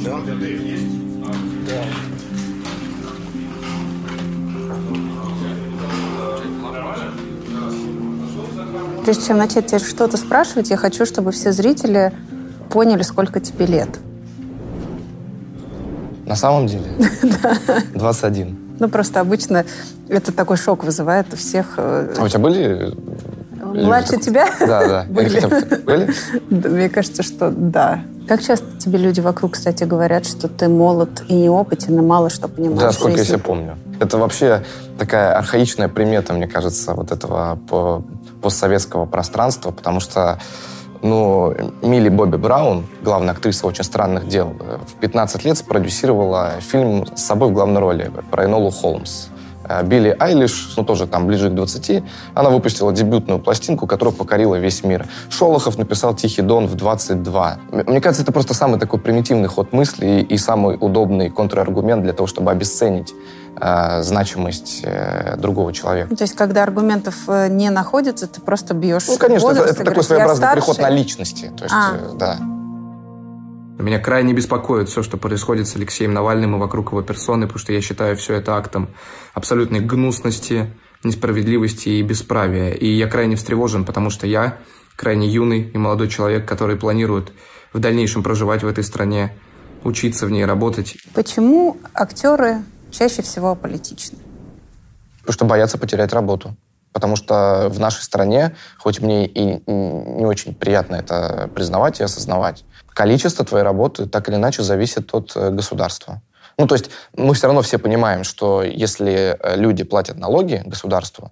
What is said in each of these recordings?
Да? Да. Прежде чем начать тебе что-то спрашивать, я хочу, чтобы все зрители поняли, сколько тебе лет. На самом деле? 21. Ну, просто обычно это такой шок вызывает у всех. А у тебя были... Младше тебя? Да. Были. Были? Мне кажется, что да. Как часто тебе люди вокруг, кстати, говорят, что ты молод и неопытен, и мало что понимаешь? Да, сколько я себя помню. Это вообще такая архаичная примета, мне кажется, вот этого постсоветского пространства, потому что, Милли Бобби Браун, главная актриса «Очень странных дел», в 15 лет спродюсировала фильм с собой в главной роли про Энолу Холмс. Билли Айлиш, тоже там ближе к 20, она выпустила дебютную пластинку, которая покорила весь мир. Шолохов написал «Тихий Дон» в 22. Мне кажется, это просто самый такой примитивный ход мысли и самый удобный контраргумент для того, чтобы обесценить значимость другого человека. То есть, когда аргументов не находится, ты просто бьешь конечно, возраст, это такой своеобразный переход на личности. То есть, да. Меня крайне беспокоит все, что происходит с Алексеем Навальным и вокруг его персоны, потому что я считаю все это актом абсолютной гнусности, несправедливости и бесправия. И я крайне встревожен, потому что я крайне юный и молодой человек, который планирует в дальнейшем проживать в этой стране, учиться в ней, работать. Почему актеры чаще всего аполитичны? Потому что боятся потерять работу. Потому что в нашей стране, хоть мне и не очень приятно это признавать и осознавать, количество твоей работы так или иначе зависит от государства. То есть мы все равно все понимаем, что если люди платят налоги государству,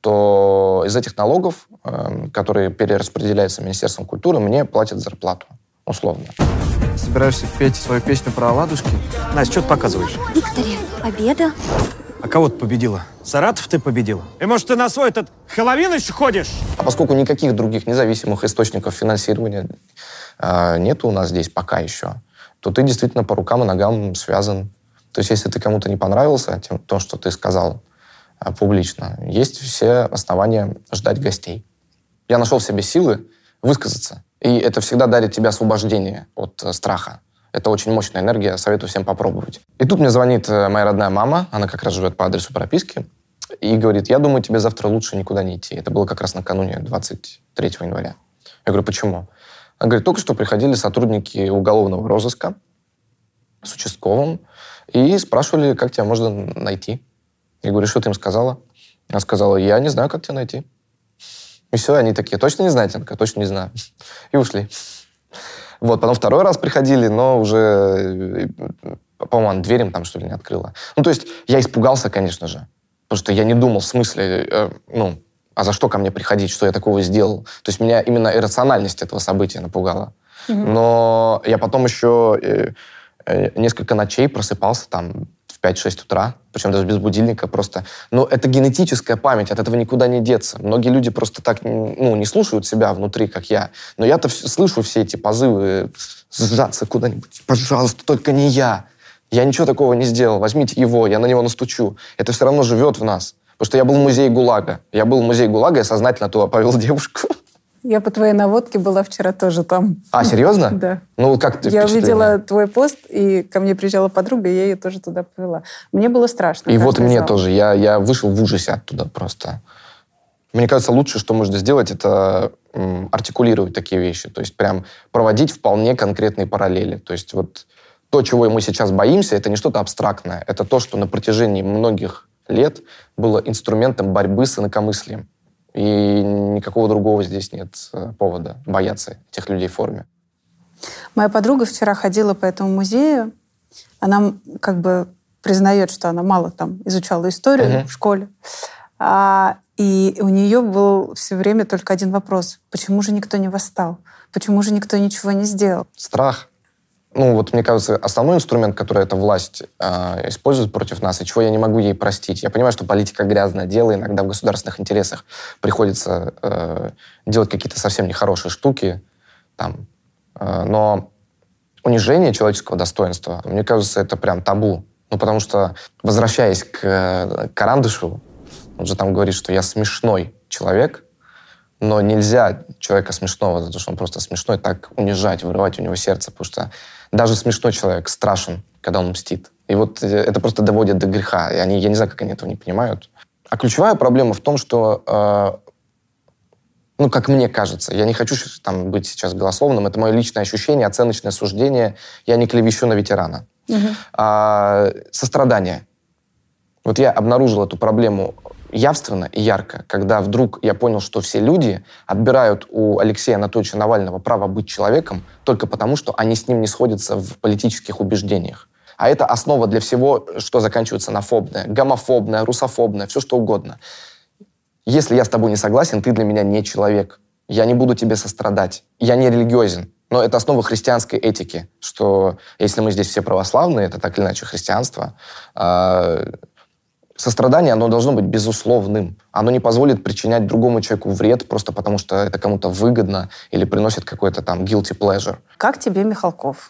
то из этих налогов, которые перераспределяются Министерством культуры, мне платят зарплату, условно. Собираешься петь свою песню про оладушки? Настя, что ты показываешь? Виктория, победа. А кого ты победила? Саратов ты победила? И может, ты на свой этот Хэллоуин еще ходишь? А поскольку никаких других независимых источников финансирования нет у нас здесь пока еще, то ты действительно по рукам и ногам связан. То есть если ты кому-то не понравился, то, что ты сказал публично, есть все основания ждать гостей. Я нашел в себе силы высказаться. И это всегда дарит тебе освобождение от страха. Это очень мощная энергия, советую всем попробовать. И тут мне звонит моя родная мама, она как раз живет по адресу прописки, и говорит: я думаю, тебе завтра лучше никуда не идти. Это было как раз накануне 23 января. Я говорю: почему? Она говорит: только что приходили сотрудники уголовного розыска с участковым и спрашивали, как тебя можно найти. Я говорю: что ты им сказала? Она сказала: я не знаю, как тебя найти. И все, они такие: точно не знаете? Она такая: точно не знаю. И ушли. Потом второй раз приходили, но уже, по-моему, она дверь им там, что ли, не открыла. То есть я испугался, конечно же, потому что я не думал в смысле, а за что ко мне приходить, что я такого сделал. То есть меня именно иррациональность этого события напугала. Но я потом еще несколько ночей просыпался там в 5-6 утра, причем даже без будильника просто. Но это генетическая память, от этого никуда не деться. Многие люди просто так не слушают себя внутри, как я. Но я-то слышу все эти позывы сжаться куда-нибудь. Пожалуйста, только не я. Я ничего такого не сделал. Возьмите его, я на него настучу. Это все равно живет в нас. Потому что я был в музее ГУЛАГа. Я сознательно туда повел девушку. Я по твоей наводке была вчера тоже там. А, серьезно? Да. Как ты Я увидела твой пост, и ко мне приезжала подруга, и я ее тоже туда повела. Мне было страшно. И мне тоже. Я вышел в ужасе оттуда просто. Мне кажется, лучшее, что можно сделать, это артикулировать такие вещи. То есть прям проводить вполне конкретные параллели. То есть то, чего мы сейчас боимся, это не что-то абстрактное. Это то, что на протяжении многих лет было инструментом борьбы с инакомыслием. И никакого другого здесь нет повода бояться этих людей в форме. Моя подруга вчера ходила по этому музею. Она признает, что она мало там изучала историю в школе. И у нее был все время только один вопрос. Почему же никто не восстал? Почему же никто ничего не сделал? Страх. Мне кажется, основной инструмент, который эта власть использует против нас, и чего я не могу ей простить. Я понимаю, что политика грязное дело, иногда в государственных интересах приходится делать какие-то совсем нехорошие штуки. Но унижение человеческого достоинства, мне кажется, это прям табу. Потому что, возвращаясь к Карандышу, он же там говорит, что я смешной человек, Но нельзя человека смешного, за то, что он просто смешной, так унижать, вырывать у него сердце, потому что даже смешной человек страшен, когда он мстит. И вот это просто доводит до греха. И я не знаю, как они этого не понимают. А ключевая проблема в том, что, как мне кажется, я не хочу там быть сейчас голословным, это мое личное ощущение, оценочное суждение, я не клевещу на ветерана. Сострадание. Вот я обнаружил эту проблему явственно и ярко, когда вдруг я понял, что все люди отбирают у Алексея Анатольевича Навального право быть человеком только потому, что они с ним не сходятся в политических убеждениях. А это основа для всего, что заканчивается на фобное, гомофобное, русофобное, все что угодно. Если я с тобой не согласен, ты для меня не человек. Я не буду тебе сострадать. Я не религиозен. Но это основа христианской этики, что если мы здесь все православные, это так или иначе христианство, сострадание, оно должно быть безусловным. Оно не позволит причинять другому человеку вред просто потому, что это кому-то выгодно или приносит какой-то там guilty pleasure. Как тебе Михалков?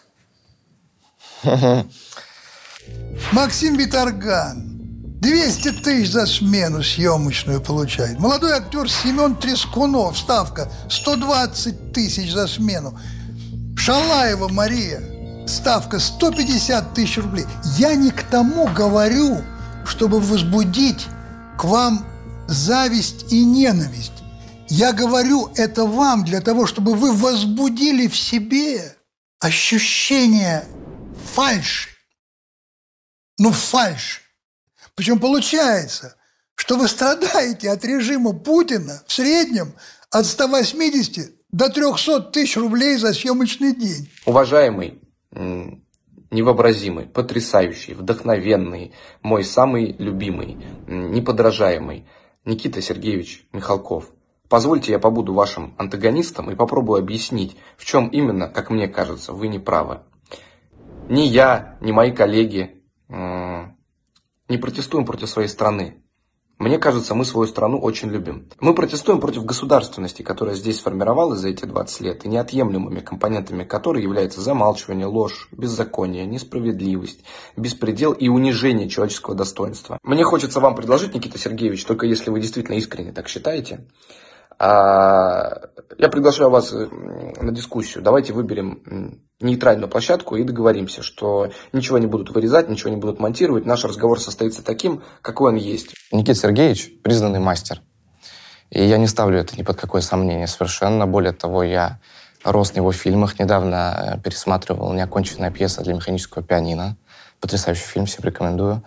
Максим Виторган 200 тысяч за смену съемочную получает. Молодой актер Семен Трескунов, ставка 120 тысяч за смену. Шалаева Мария, ставка 150 тысяч рублей. Я не к тому говорю, чтобы возбудить к вам зависть и ненависть. Я говорю это вам для того, чтобы вы возбудили в себе ощущение фальши. Фальши. Причем получается, что вы страдаете от режима Путина в среднем от 180 до 300 тысяч рублей за съемочный день. Уважаемый, невообразимый, потрясающий, вдохновенный, мой самый любимый, неподражаемый Никита Сергеевич Михалков. Позвольте, я побуду вашим антагонистом и попробую объяснить, в чем именно, как мне кажется, вы не правы. Ни я, ни мои коллеги не протестуем против своей страны. Мне кажется, мы свою страну очень любим. Мы протестуем против государственности, которая здесь сформировалась за эти 20 лет, и неотъемлемыми компонентами которой являются замалчивание, ложь, беззаконие, несправедливость, беспредел и унижение человеческого достоинства. Мне хочется вам предложить, Никита Сергеевич, только если вы действительно искренне так считаете, я приглашаю вас на дискуссию. Давайте выберем нейтральную площадку и договоримся, что ничего не будут вырезать, ничего не будут монтировать. Наш разговор состоится таким, какой он есть. Никита Сергеевич – признанный мастер. И я не ставлю это ни под какое сомнение совершенно. Более того, я рос на его фильмах. Недавно пересматривал «Неоконченная пьеса для механического пианино». Потрясающий фильм, всем рекомендую.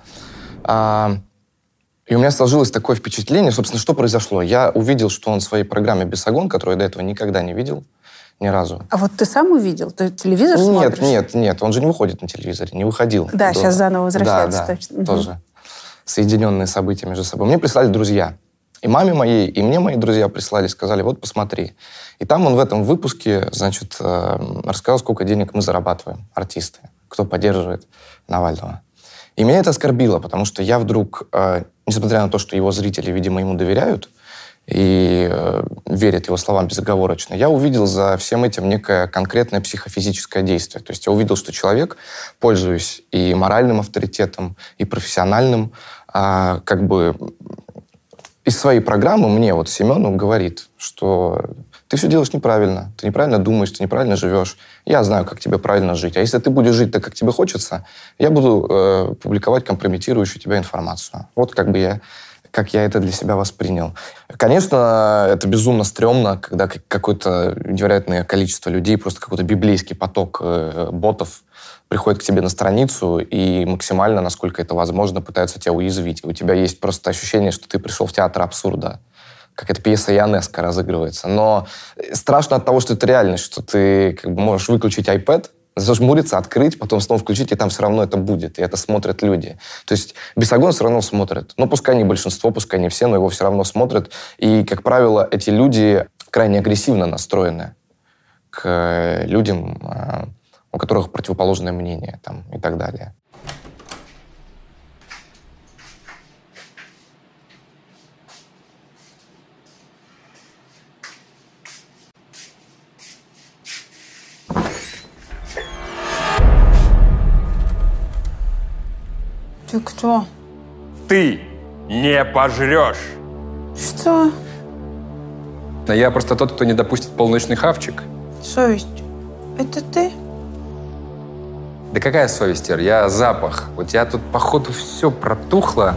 И у меня сложилось такое впечатление, собственно, что произошло. Я увидел, что он в своей программе «Бесогон», которую я до этого никогда не видел, ни разу. А вот ты сам увидел? Ты телевизор смотришь? Нет, он же не выходит на телевизоре, не выходил. Да, сейчас заново возвращается. Да, точно. тоже. Соединенные события между собой. Мне прислали друзья. И маме моей, и мне мои друзья прислали, сказали, вот посмотри. И там он в этом выпуске, значит, рассказал, сколько денег мы зарабатываем, артисты, кто поддерживает Навального. И меня это оскорбило, потому что я вдруг, несмотря на то, что его зрители, видимо, ему доверяют и верят его словам безоговорочно, я увидел за всем этим некое конкретное психофизическое действие. То есть я увидел, что человек, пользуясь и моральным авторитетом, и профессиональным, как бы из своей программы мне, вот Семену, говорит, что ты все делаешь неправильно, ты неправильно думаешь, ты неправильно живешь. Я знаю, как тебе правильно жить. А если ты будешь жить так, как тебе хочется, я буду публиковать компрометирующую тебя информацию. Вот как я это для себя воспринял. Конечно, это безумно стрёмно, когда какое-то невероятное количество людей, просто какой-то библейский поток ботов приходит к тебе на страницу и максимально, насколько это возможно, пытаются тебя уязвить. У тебя есть просто ощущение, что ты пришел в театр абсурда. Какая-то пьеса Ионеско разыгрывается. Но страшно от того, что это реальность, что ты как бы можешь выключить iPad, зажмуриться, открыть, потом снова включить, и там все равно это будет, и это смотрят люди. То есть Бесогон все равно смотрят. Ну, пускай не большинство, пускай не все, но его все равно смотрят. И, как правило, эти люди крайне агрессивно настроены к людям, у которых противоположное мнение там, и так далее. Ты кто? Ты не пожрешь. Что? Но я просто тот, кто не допустит полночный хавчик. Совесть. Это ты? Да какая совесть, Ир? Я запах. У тебя тут, походу, все протухло.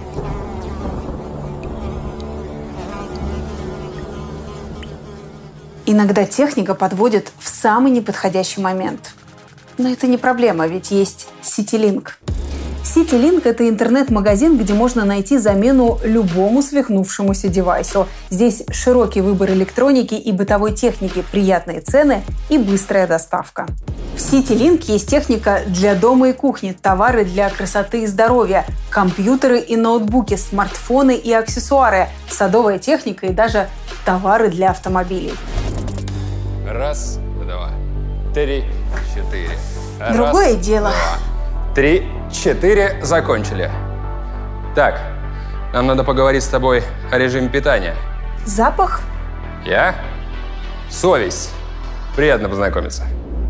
Иногда техника подводит в самый неподходящий момент. Но это не проблема, ведь есть CityLink. CityLink – это интернет-магазин, где можно найти замену любому свихнувшемуся девайсу. Здесь широкий выбор электроники и бытовой техники, приятные цены и быстрая доставка. В CityLink есть техника для дома и кухни, товары для красоты и здоровья, компьютеры и ноутбуки, смартфоны и аксессуары, садовая техника и даже товары для автомобилей. Раз, два, три, четыре. Другое дело. 3, 4, закончили. Так, нам надо поговорить с тобой о режиме питания. Запах? Я? Совесть. Приятно познакомиться.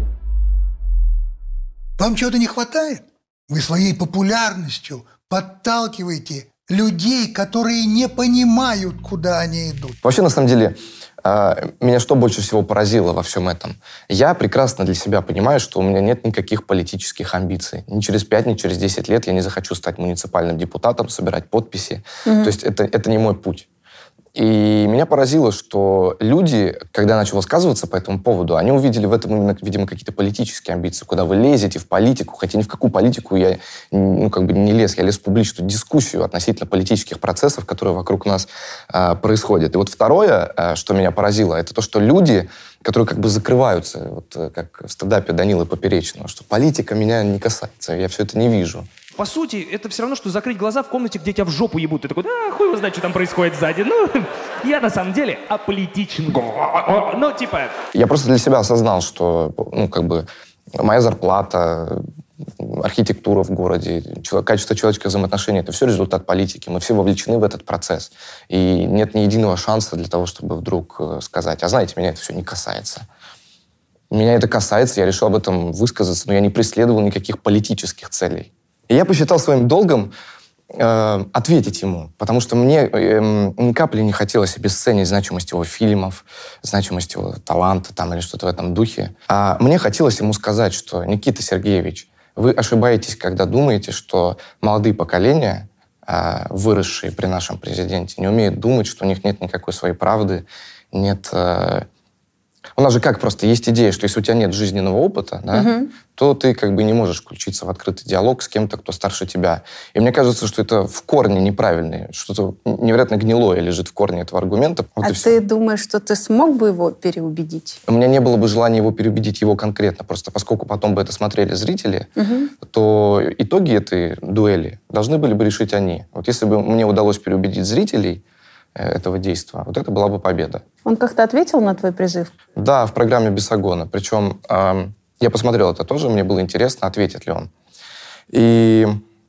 Вам чего-то не хватает? Вы своей популярностью подталкиваете людей, которые не понимают, куда они идут. Вообще, на самом деле, меня что больше всего поразило во всем этом? Я прекрасно для себя понимаю, что у меня нет никаких политических амбиций. Ни через 5, ни через 10 лет я не захочу стать муниципальным депутатом, собирать подписи. То есть это не мой путь. И меня поразило, что люди, когда я начал высказываться по этому поводу, они увидели в этом именно, видимо, какие-то политические амбиции, куда вы лезете в политику, хотя ни в какую политику я не лез, я лез в публичную дискуссию относительно политических процессов, которые вокруг нас происходят. И вот второе, что меня поразило, это то, что люди, которые как бы закрываются, вот как в стендапе Данилы Поперечного, что политика меня не касается, я все это не вижу. По сути, это все равно, что закрыть глаза в комнате, где тебя в жопу ебут. Ты такой, да, хуй его знает, что там происходит сзади. Ну, я на самом деле аполитичен. Ну, типа... Я просто для себя осознал, что, моя зарплата, архитектура в городе, качество человеческих взаимоотношений — это все результат политики. Мы все вовлечены в этот процесс. И нет ни единого шанса для того, чтобы вдруг сказать, а знаете, меня это все не касается. Меня это касается, я решил об этом высказаться, но я не преследовал никаких политических целей. И я посчитал своим долгом ответить ему, потому что мне ни капли не хотелось обесценить значимость его фильмов, значимость его таланта там, или что-то в этом духе. А мне хотелось ему сказать, что, Никита Сергеевич, вы ошибаетесь, когда думаете, что молодые поколения, выросшие при нашем президенте, не умеют думать, что у них нет никакой своей правды, нет... У нас же как просто есть идея, что если у тебя нет жизненного опыта, да, то ты как бы не можешь включиться в открытый диалог с кем-то, кто старше тебя. И мне кажется, что это в корне неправильное, что-то невероятно гнилое лежит в корне этого аргумента. Вот а ты думаешь, что ты смог бы его переубедить? У меня не было бы желания его переубедить, его конкретно. Просто поскольку потом бы это смотрели зрители, то итоги этой дуэли должны были бы решить они. Вот если бы мне удалось переубедить зрителей этого действия, вот это была бы победа. Он как-то ответил на твой призыв? Да, в программе «Бесогона». Причем я посмотрел это тоже, мне было интересно, ответит ли он. И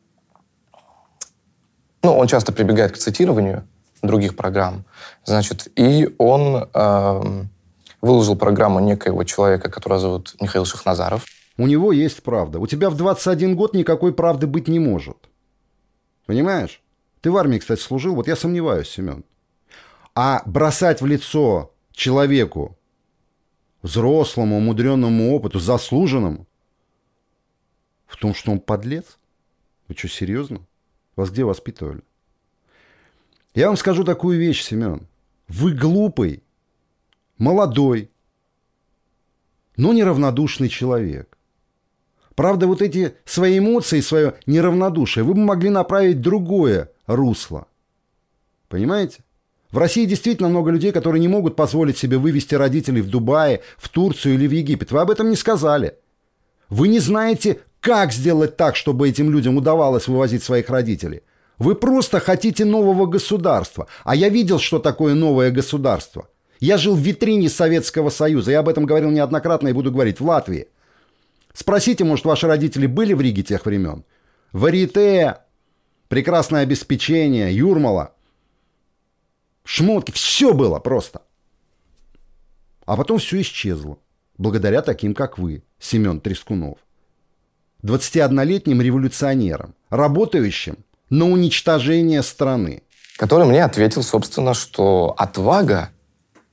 он часто прибегает к цитированию других программ. Значит, и он выложил программу некоего человека, которого зовут Михаил Шахназаров. У него есть правда. У тебя в 21 год никакой правды быть не может. Понимаешь? Ты в армии, кстати, служил. Вот я сомневаюсь, Семен. А бросать в лицо человеку, взрослому, умудренному опыту, заслуженному, в том, что он подлец? Вы что, серьезно? Вас где воспитывали? Я вам скажу такую вещь, Семен. Вы глупый, молодой, но неравнодушный человек. Правда, вот эти свои эмоции, свое неравнодушие вы бы могли направить в другое русло. Понимаете? В России действительно много людей, которые не могут позволить себе вывести родителей в Дубае, в Турцию или в Египет. Вы об этом не сказали. Вы не знаете, как сделать так, чтобы этим людям удавалось вывозить своих родителей. Вы просто хотите нового государства. А я видел, что такое новое государство. Я жил в витрине Советского Союза. Я об этом говорил неоднократно и буду говорить. В Латвии. Спросите, может, ваши родители были в Риге тех времен? Варьете, прекрасное обеспечение, Юрмала. Шмотки, все было просто. А потом все исчезло. Благодаря таким, как вы, Семен Трескунов. 21-летним революционером, работающим на уничтожение страны. Который мне ответил, собственно, что отвага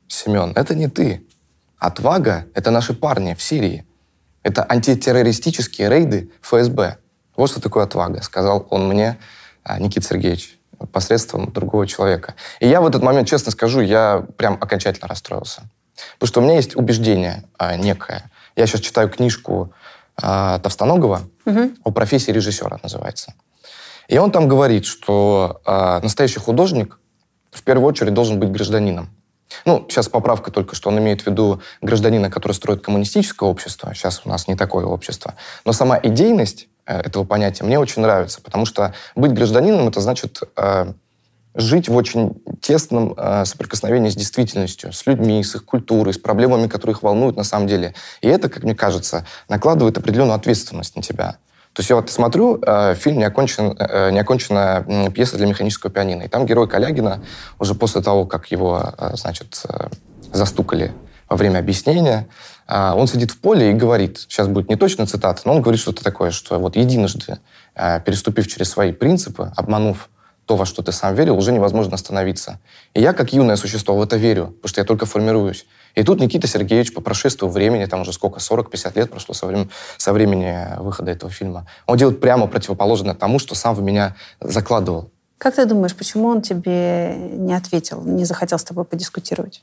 Семен, это не ты. Отвага — это наши парни в Сирии. Это антитеррористические рейды ФСБ. Вот что такое отвага, сказал он мне, Никита Сергеевич, посредством другого человека. И я в этот момент, честно скажу, я прям окончательно расстроился. Потому что у меня есть убеждение некое. Я сейчас читаю книжку Товстоногова о профессии режиссера, называется. И он там говорит, что настоящий художник в первую очередь должен быть гражданином. Ну, сейчас поправка только, что он имеет в виду гражданина, который строит коммунистическое общество. Сейчас у нас не такое общество. Но сама идейность этого понятия мне очень нравится, потому что быть гражданином — это значит жить в очень тесном соприкосновении с действительностью, с людьми, с их культурой, с проблемами, которые их волнуют на самом деле. И это, как мне кажется, накладывает определенную ответственность на тебя. То есть я вот смотрю фильм «Неоконченная пьеса для механического пианино». И там герой Калягина, уже после того, как его, значит, застукали во время объяснения, он сидит в поле и говорит, сейчас будет не точная цитата, но он говорит что-то такое, что вот единожды, переступив через свои принципы, обманув то, во что ты сам верил, уже невозможно остановиться. И я, как юное существо, в это верю, потому что я только формируюсь. И тут Никита Сергеевич по прошествию времени, там уже сколько, 40-50 лет прошло со времени выхода этого фильма, он делает прямо противоположное тому, что сам в меня закладывал. Как ты думаешь, почему он тебе не ответил, не захотел с тобой подискутировать?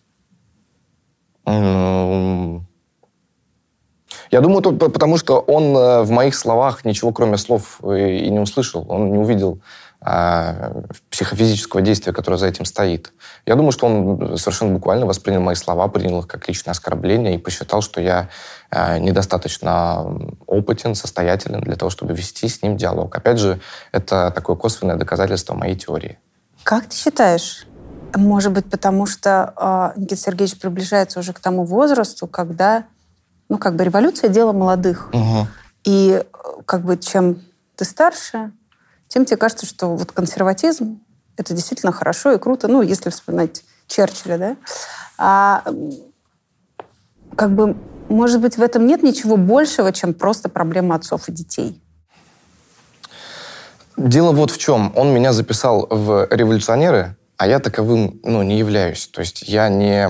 Я думаю, потому что он в моих словах ничего, кроме слов, и не услышал. Он не увидел психофизического действия, которое за этим стоит. Я думаю, что он совершенно буквально воспринял мои слова, принял их как личное оскорбление и посчитал, что я недостаточно опытен, состоятелен для того, чтобы вести с ним диалог. Опять же, это такое косвенное доказательство моей теории. Как ты считаешь, может быть, потому что Никита Сергеевич приближается уже к тому возрасту, когда, ну, как бы революция — дело молодых. Угу. И как бы чем ты старше, тем тебе кажется, что вот консерватизм — это действительно хорошо и круто. Ну, если вспоминать Черчилля, да? Как бы, может быть, в этом нет ничего большего, чем просто проблема отцов и детей? Дело вот в чем. Он меня записал в революционеры, а я таковым, не являюсь. То есть я не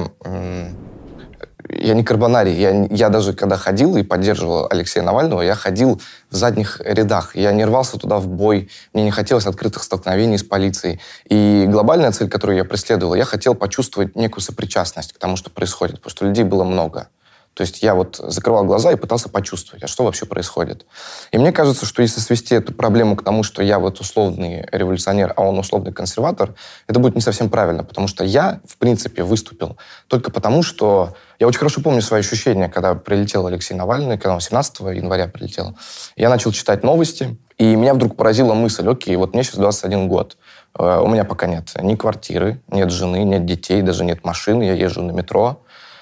карбонарий. Я даже когда ходил и поддерживал Алексея Навального, я ходил в задних рядах. Я не рвался туда в бой. Мне не хотелось открытых столкновений с полицией. И глобальная цель, которую я преследовал, я хотел почувствовать некую сопричастность к тому, что происходит. Потому что людей было много. То есть я вот закрывал глаза и пытался почувствовать, а что вообще происходит. И мне кажется, что если свести эту проблему к тому, что я вот условный революционер, а он условный консерватор, это будет не совсем правильно, потому что я, в принципе, выступил только потому, что... Я очень хорошо помню свои ощущения, когда прилетел Алексей Навальный, когда он 17 января прилетел. Я начал читать новости, и меня вдруг поразила мысль: окей, вот мне сейчас 21 год, у меня пока нет ни квартиры, нет жены, нет детей, даже нет машины, я езжу на метро.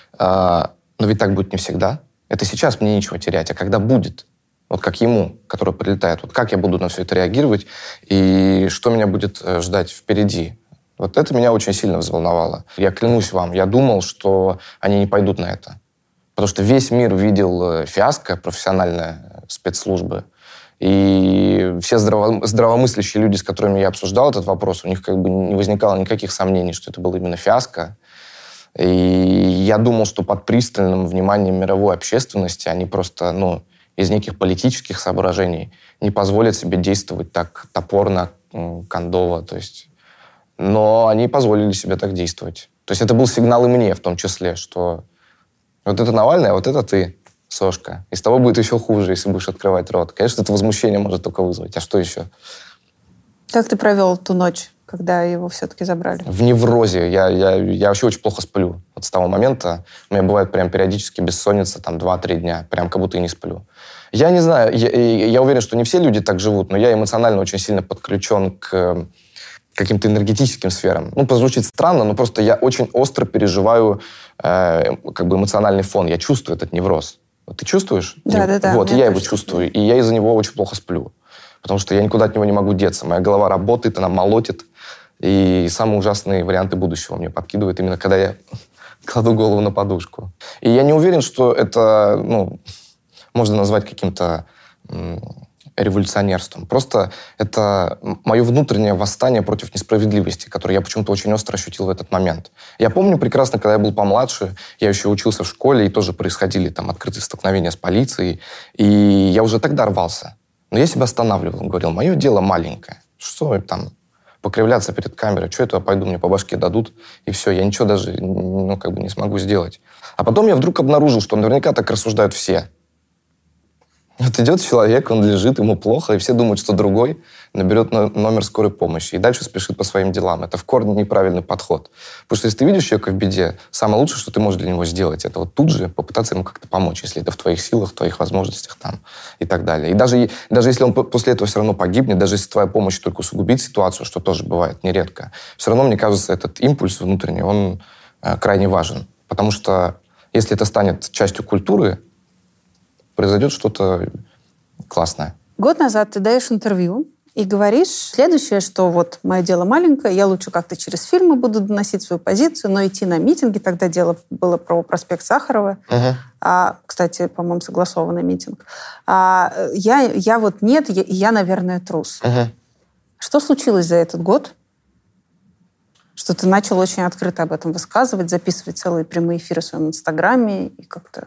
Но ведь так будет не всегда. Это сейчас мне нечего терять. А когда будет? Вот как ему, который прилетает. Вот как я буду на все это реагировать? И что меня будет ждать впереди? Вот это меня очень сильно взволновало. Я клянусь вам, я думал, что они не пойдут на это. Потому что весь мир видел фиаско профессиональной спецслужбы. И все здравомыслящие люди, с которыми я обсуждал этот вопрос, у них как бы не возникало никаких сомнений, что это было именно фиаско. И я думал, что под пристальным вниманием мировой общественности они просто, из неких политических соображений не позволят себе действовать так топорно, кондово. То есть... Но они позволили себе так действовать. То есть это был сигнал и мне в том числе, что вот это Навальный, а вот это ты, Сошка. И с тобой будет еще хуже, если будешь открывать рот. Конечно, это возмущение может только вызвать. А что еще? Как ты провел ту ночь, когда его все-таки забрали? В неврозе. Я вообще очень плохо сплю. Вот с того момента у меня бывает прям периодически бессонница, 2-3 дня. Прям как будто и не сплю. Я не знаю, я уверен, что не все люди так живут, но я эмоционально очень сильно подключен к каким-то энергетическим сферам. Прозвучит странно, но просто я очень остро переживаю эмоциональный фон. Я чувствую этот невроз. Вот ты чувствуешь? Да. Вот, я его чувствую. И я из-за него очень плохо сплю. Потому что я никуда от него не могу деться. Моя голова работает, она молотит. И самые ужасные варианты будущего мне подкидывает именно когда я кладу голову на подушку. И я не уверен, что это, можно назвать каким-то революционерством. Просто это мое внутреннее восстание против несправедливости, которое я почему-то очень остро ощутил в этот момент. Я помню прекрасно, когда я был помладше, я еще учился в школе, и тоже происходили там открытые столкновения с полицией, и я уже тогда рвался. Но я себя останавливал, говорил, мое дело маленькое. Что там покривляться перед камерой, что это я пойду, мне по башке дадут, и все, я ничего даже не смогу сделать. А потом я вдруг обнаружил, что наверняка так рассуждают все. Вот идет человек, он лежит, ему плохо, и все думают, что другой наберет номер скорой помощи и дальше спешит по своим делам. Это в корне неправильный подход. Потому что если ты видишь человека в беде, самое лучшее, что ты можешь для него сделать, это вот тут же попытаться ему как-то помочь, если это в твоих силах, в твоих возможностях там, и так далее. И даже если он после этого все равно погибнет, даже если твоя помощь только усугубит ситуацию, что тоже бывает нередко, все равно, мне кажется, этот импульс внутренний, он крайне важен. Потому что если это станет частью культуры, произойдет что-то классное. Год назад ты даешь интервью и говоришь следующее, что вот мое дело маленькое, я лучше как-то через фильмы буду доносить свою позицию, но идти на митинги, тогда дело было про проспект Сахарова, кстати, по-моему, согласованный митинг. Я вот нет, я, наверное, трус. Что случилось за этот год? Что ты начал очень открыто об этом высказывать, записывать целые прямые эфиры в своем Инстаграме и как-то...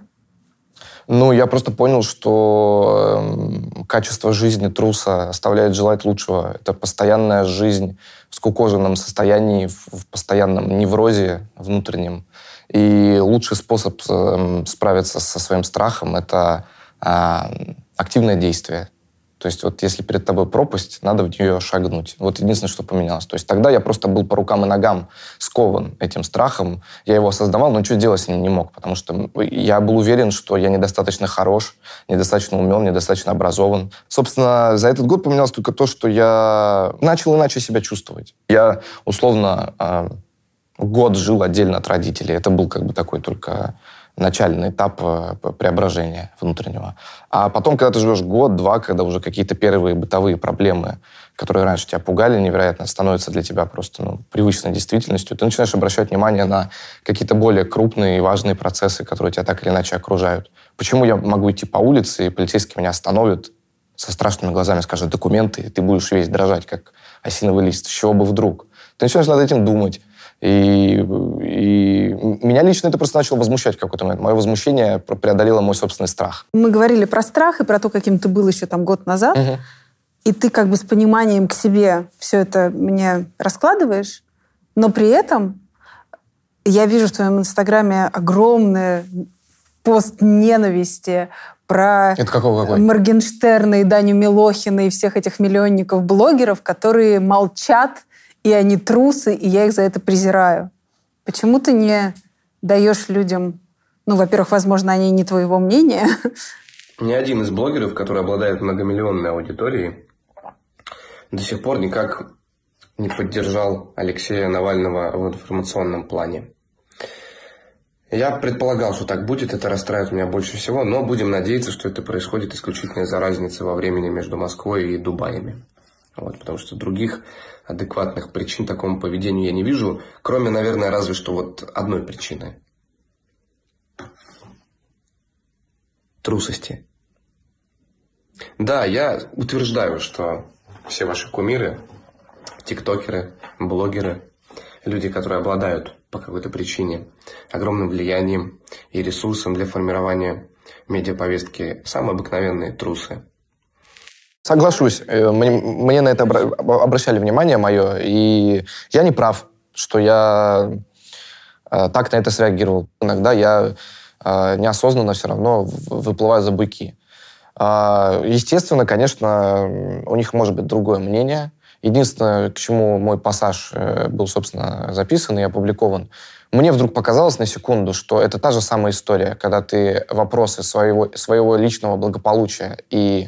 Я просто понял, что качество жизни труса оставляет желать лучшего. Это постоянная жизнь в скукоженном состоянии, в постоянном неврозе внутреннем. И лучший способ справиться со своим страхом – это активное действие. То есть вот если перед тобой пропасть, надо в нее шагнуть. Вот единственное, что поменялось. То есть тогда я просто был по рукам и ногам скован этим страхом. Я его осознавал, но ничего делать с ним не мог, потому что я был уверен, что я недостаточно хорош, недостаточно умен, недостаточно образован. Собственно, за этот год поменялось только то, что я начал иначе себя чувствовать. Я, условно, год жил отдельно от родителей. Это был такой только... начальный этап преображения внутреннего. А потом, когда ты живешь год-два, когда уже какие-то первые бытовые проблемы, которые раньше тебя пугали невероятно, становятся для тебя просто привычной действительностью, ты начинаешь обращать внимание на какие-то более крупные и важные процессы, которые тебя так или иначе окружают. Почему я могу идти по улице, и полицейский меня остановит, со страшными глазами скажет документы, и ты будешь весь дрожать, как осиновый лист. С чего бы вдруг? Ты начинаешь над этим думать. И меня лично это просто начало возмущать в какой-то момент. Мое возмущение преодолело мой собственный страх. Мы говорили про страх и про то, каким ты был еще год назад. И ты с пониманием к себе все это мне раскладываешь. Но при этом я вижу в твоем Инстаграме огромный пост ненависти про Моргенштерна и Даню Милохина и всех этих миллионников-блогеров, которые молчат, и они трусы, и я их за это презираю. Почему ты не даешь людям... во-первых, возможно, они не твоего мнения. Ни один из блогеров, который обладает многомиллионной аудиторией, до сих пор никак не поддержал Алексея Навального в информационном плане. Я предполагал, что так будет, это расстраивает меня больше всего, но будем надеяться, что это происходит исключительно из-за разницы во времени между Москвой и Дубаями. Потому что других адекватных причин такому поведению я не вижу, кроме, наверное, разве что одной причины. Трусости. Да, я утверждаю, что все ваши кумиры, тиктокеры, блогеры, люди, которые обладают по какой-то причине огромным влиянием и ресурсом для формирования медиаповестки, самые обыкновенные трусы. Соглашусь. Мне на это обращали внимание мое, и я не прав, что я так на это среагировал. Иногда я неосознанно все равно выплываю за быки. Естественно, конечно, у них может быть другое мнение. Единственное, к чему мой пассаж был, собственно, записан и опубликован, мне вдруг показалось на секунду, что это та же самая история, когда ты вопросы своего личного благополучия и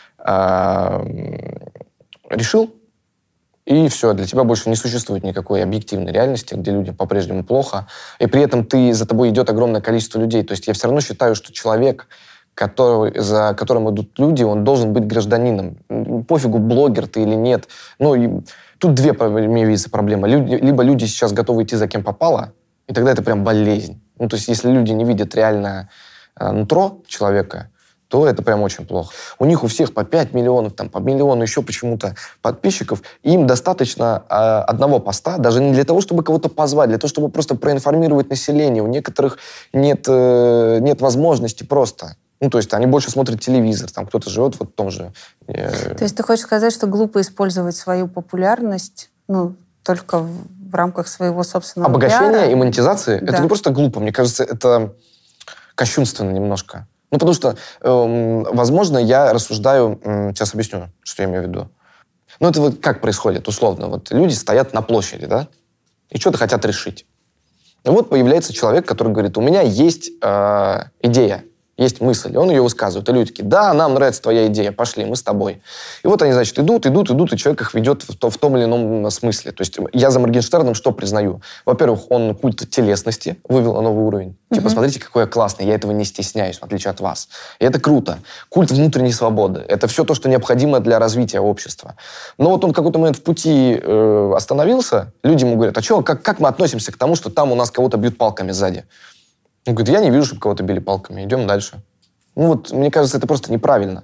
решил, и все, для тебя больше не существует никакой объективной реальности, где людям по-прежнему плохо, и при этом за тобой идет огромное количество людей. То есть я все равно считаю, что человек, за которым идут люди, он должен быть гражданином. Пофигу, блогер ты или нет. Тут две, мне видится, проблемы. Либо люди сейчас готовы идти за кем попало, и тогда это прям болезнь. То есть если люди не видят реальное нутро человека, то это прям очень плохо. У них у всех по 5 миллионов, там, по миллиону еще почему-то подписчиков. И им достаточно одного поста, даже не для того, чтобы кого-то позвать, для того, чтобы просто проинформировать население. У некоторых нет возможности просто. Ну, то есть они больше смотрят телевизор, там кто-то живет вот в том же... То есть ты хочешь сказать, что глупо использовать свою популярность, ну, только в рамках своего собственного обогащения пиара? И монетизации? Да. Это не просто глупо, мне кажется, это кощунственно немножко. Ну, потому что, возможно, я рассуждаю... Сейчас объясню, что я имею в виду. Ну, это вот как происходит, условно. Вот люди стоят на площади, да, и что-то хотят решить. И вот появляется человек, который говорит, у меня есть идея, есть мысль, он ее высказывает. И люди такие, да, нам нравится твоя идея, пошли, мы с тобой. И вот они, значит, идут, и человек их ведет в том или ином смысле. То есть я за Моргенштерном что признаю? Во-первых, он культ телесности вывел на новый уровень. Типа, смотрите, какой я классный, я этого не стесняюсь, в отличие от вас. И это круто. Культ внутренней свободы. Это все то, что необходимо для развития общества. Но вот он в какой-то момент в пути остановился, люди ему говорят, а что, как мы относимся к тому, что там у нас кого-то бьют палками сзади? Он говорит, я не вижу, чтобы кого-то били палками. Идем дальше. Ну вот, мне кажется, это просто неправильно.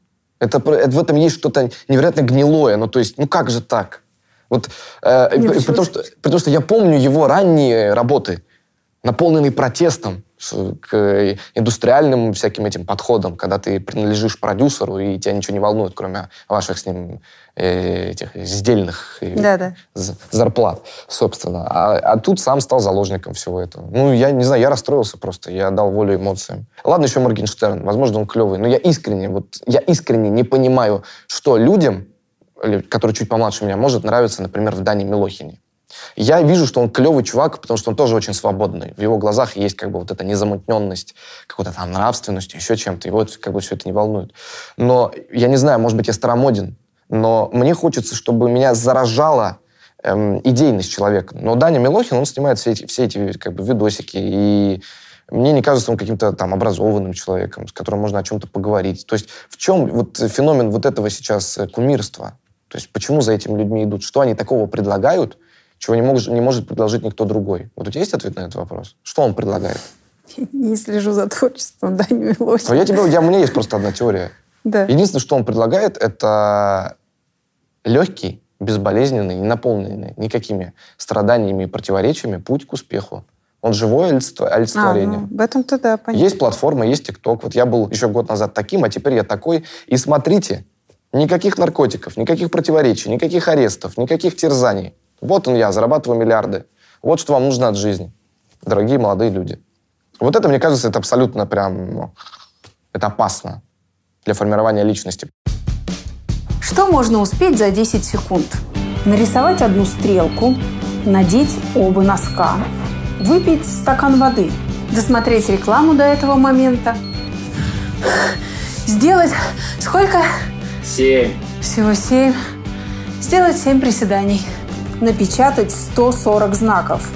В этом есть что-то невероятно гнилое. Ну, то есть, ну как же так? Вот, потому что я помню его ранние работы, наполненные протестом к индустриальным всяким этим подходам, когда ты принадлежишь продюсеру, и тебя ничего не волнует, кроме ваших с ним этих сдельных зарплат, собственно. А тут сам стал заложником всего этого. Ну, я не знаю, я расстроился просто, я дал волю эмоциям. Ладно, еще Моргенштерн, возможно, он клевый, но я искренне не понимаю, что людям, которые чуть помладше меня, может нравиться, например, в Дане Милохине. Я вижу, что он клевый чувак, потому что он тоже очень свободный. В его глазах есть как бы вот эта незамутненность, какой-то там нравственностью, еще чем-то. Его как бы все это не волнует. Но я не знаю, может быть, я старомоден, но мне хочется, чтобы меня заражала идейность человека. Но Даня Милохин, он снимает все эти как бы видосики, и мне не кажется он каким-то там образованным человеком, с которым можно о чем-то поговорить. То есть в чем вот феномен вот этого сейчас кумирства? То есть почему за этими людьми идут? Что они такого предлагают, чего не может предложить никто другой? Вот у тебя есть ответ на этот вопрос? Что он предлагает? Я не слежу за творчеством Дани Милохина. У меня есть просто одна теория. Да. Единственное, что он предлагает, это легкий, безболезненный, не наполненный никакими страданиями и противоречиями путь к успеху. Он живое олицетворение. В этом-то да, понятно. Есть платформа, есть ТикТок. Вот я был еще год назад таким, а теперь я такой. И смотрите, никаких наркотиков, никаких противоречий, никаких арестов, никаких терзаний. Вот он я, зарабатываю миллиарды. Вот что вам нужно от жизни, дорогие молодые люди. Вот это, мне кажется, это абсолютно прям... это опасно для формирования личности. Что можно успеть за 10 секунд? Нарисовать одну стрелку, надеть оба носка, выпить стакан воды, досмотреть рекламу до этого момента, сделать... Сколько? 7. Всего 7. Сделать 7 приседаний. Напечатать 140 знаков.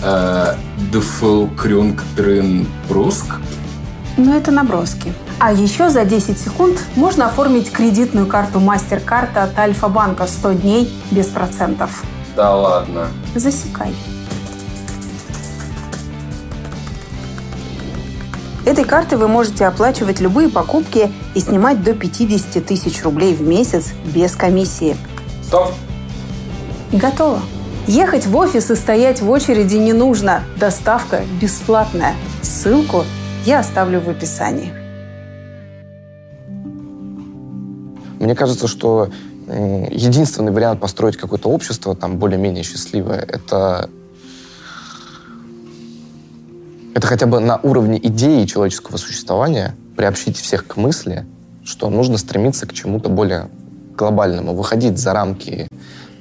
Бруск? Ну, это наброски. А еще за 10 секунд можно оформить кредитную карту MasterCard от Альфа-банка 100 дней без процентов. Да ладно. Засекай. Этой картой вы можете оплачивать любые покупки и снимать до 50 тысяч рублей в месяц без комиссии. Стоп. Готово. Ехать в офис и стоять в очереди не нужно. Доставка бесплатная. Ссылку я оставлю в описании. Мне кажется, что единственный вариант построить какое-то общество, там, более-менее счастливое, это хотя бы на уровне идеи человеческого существования приобщить всех к мысли, что нужно стремиться к чему-то более глобальному, выходить за рамки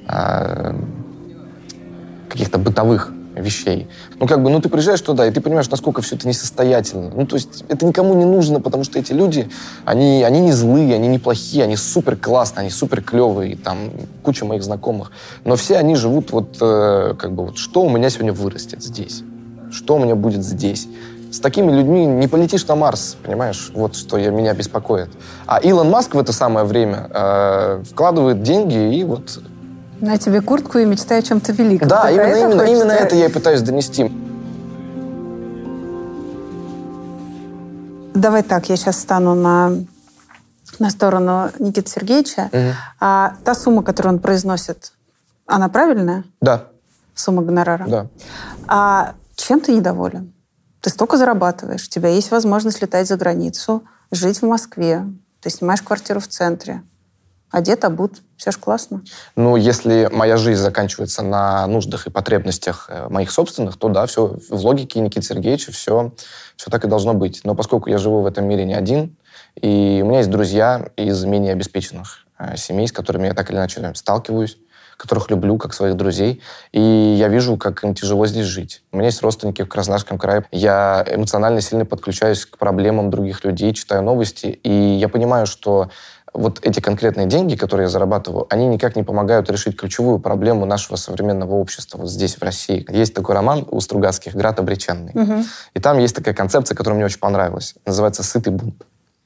каких-то бытовых вещей. Ты приезжаешь туда, и ты понимаешь, насколько все это несостоятельно. То есть это никому не нужно, потому что эти люди, они не злые, они не плохие, они супер классные, они супер клевые, там куча моих знакомых. Но все они живут что у меня сегодня вырастет здесь, что у меня будет здесь. С такими людьми не полетишь на Марс, понимаешь? Вот что меня беспокоит. А Илон Маск в это самое время вкладывает деньги и вот... На тебе куртку и мечтай о чем-то великом. Да, именно это я и пытаюсь донести. Давай так, я сейчас стану на сторону Никиты Сергеевича. А та сумма, которую он произносит, она правильная? Да. Сумма гонорара? Да. А чем ты недоволен? Ты столько зарабатываешь, у тебя есть возможность летать за границу, жить в Москве, ты снимаешь квартиру в центре, одет, обут, все ж классно. Ну, если моя жизнь заканчивается на нуждах и потребностях моих собственных, то да, все в логике Никиты Сергеевича все так и должно быть. Но поскольку я живу в этом мире не один, и у меня есть друзья из менее обеспеченных семей, с которыми я так или иначе сталкиваюсь, которых люблю, как своих друзей, и я вижу, как им тяжело здесь жить. У меня есть родственники в Краснодарском крае. Я эмоционально сильно подключаюсь к проблемам других людей, читаю новости, и я понимаю, что вот эти конкретные деньги, которые я зарабатываю, они никак не помогают решить ключевую проблему нашего современного общества вот здесь, в России. Есть такой роман у Стругацких «Град обреченный». И там есть такая концепция, которая мне очень понравилась. Называется «Сытый бунт».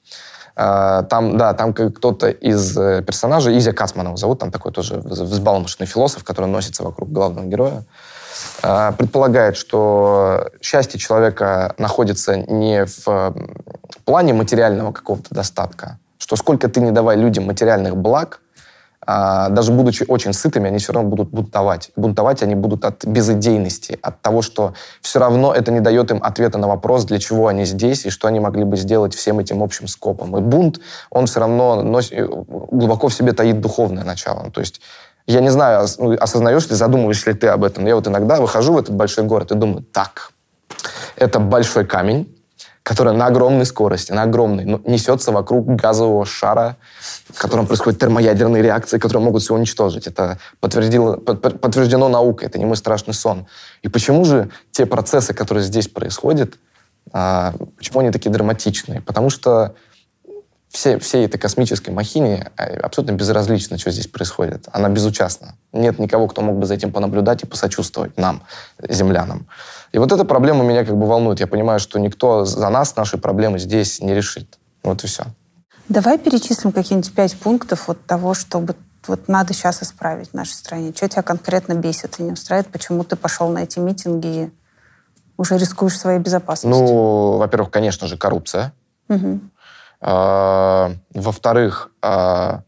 Там кто-то из персонажей, Изя Кацман его зовут, там такой тоже взбалмошный философ, который носится вокруг главного героя, предполагает, что счастье человека находится не в плане материального какого-то достатка, что сколько ты не давай людям материальных благ, даже будучи очень сытыми, они все равно будут бунтовать. Бунтовать они будут от безыдейности, от того, что все равно это не дает им ответа на вопрос, для чего они здесь и что они могли бы сделать всем этим общим скопом. И бунт, он все равно глубоко в себе таит духовное начало. То есть я не знаю, осознаешь ли, задумываешься ли ты об этом. Я вот иногда выхожу в этот большой город и думаю, так, это большой камень, который на огромной скорости, несется вокруг газового шара, в котором происходят термоядерные реакции, которые могут все уничтожить. Это подтверждено наукой, это не мой страшный сон. И почему же те процессы, которые здесь происходят, почему они такие драматичные? Потому что всей этой космической махине абсолютно безразлично, что здесь происходит. Она безучастна. Нет никого, кто мог бы за этим понаблюдать и посочувствовать нам, землянам. И вот эта проблема меня как бы волнует. Я понимаю, что никто за нас наши проблемы здесь не решит. Вот и все. Давай перечислим какие-нибудь 5 пунктов вот того, чтобы вот надо сейчас исправить в нашей стране. Что тебя конкретно бесит и не устраивает? Почему ты пошел на эти митинги и уже рискуешь своей безопасностью? Ну, во-первых, конечно же, коррупция. Во-вторых... Но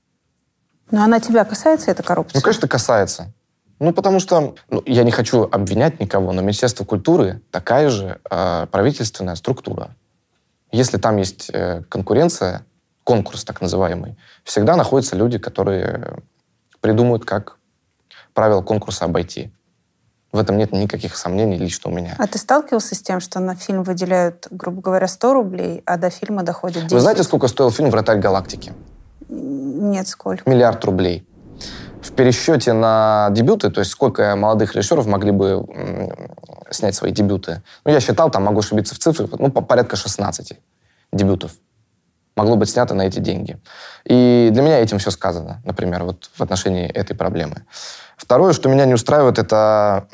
она тебя касается, эта коррупция? Ну, конечно, касается. Ну, потому что, я не хочу обвинять никого, но Министерство культуры такая же правительственная структура. Если там есть конкуренция, конкурс так называемый, всегда находятся люди, которые придумают, как правила конкурса обойти. В этом нет никаких сомнений лично у меня. А ты сталкивался с тем, что на фильм выделяют, грубо говоря, 100 рублей, а до фильма доходит 10? Вы знаете, сколько стоил фильм «Вратарь галактики»? Нет, сколько? 1 миллиард рублей. В пересчете на дебюты, то есть сколько молодых режиссеров могли бы снять свои дебюты. Я считал, там могу ошибиться в цифрах, порядка 16 дебютов могло быть снято на эти деньги. И для меня этим все сказано, например, вот в отношении этой проблемы. Второе, что меня не устраивает, это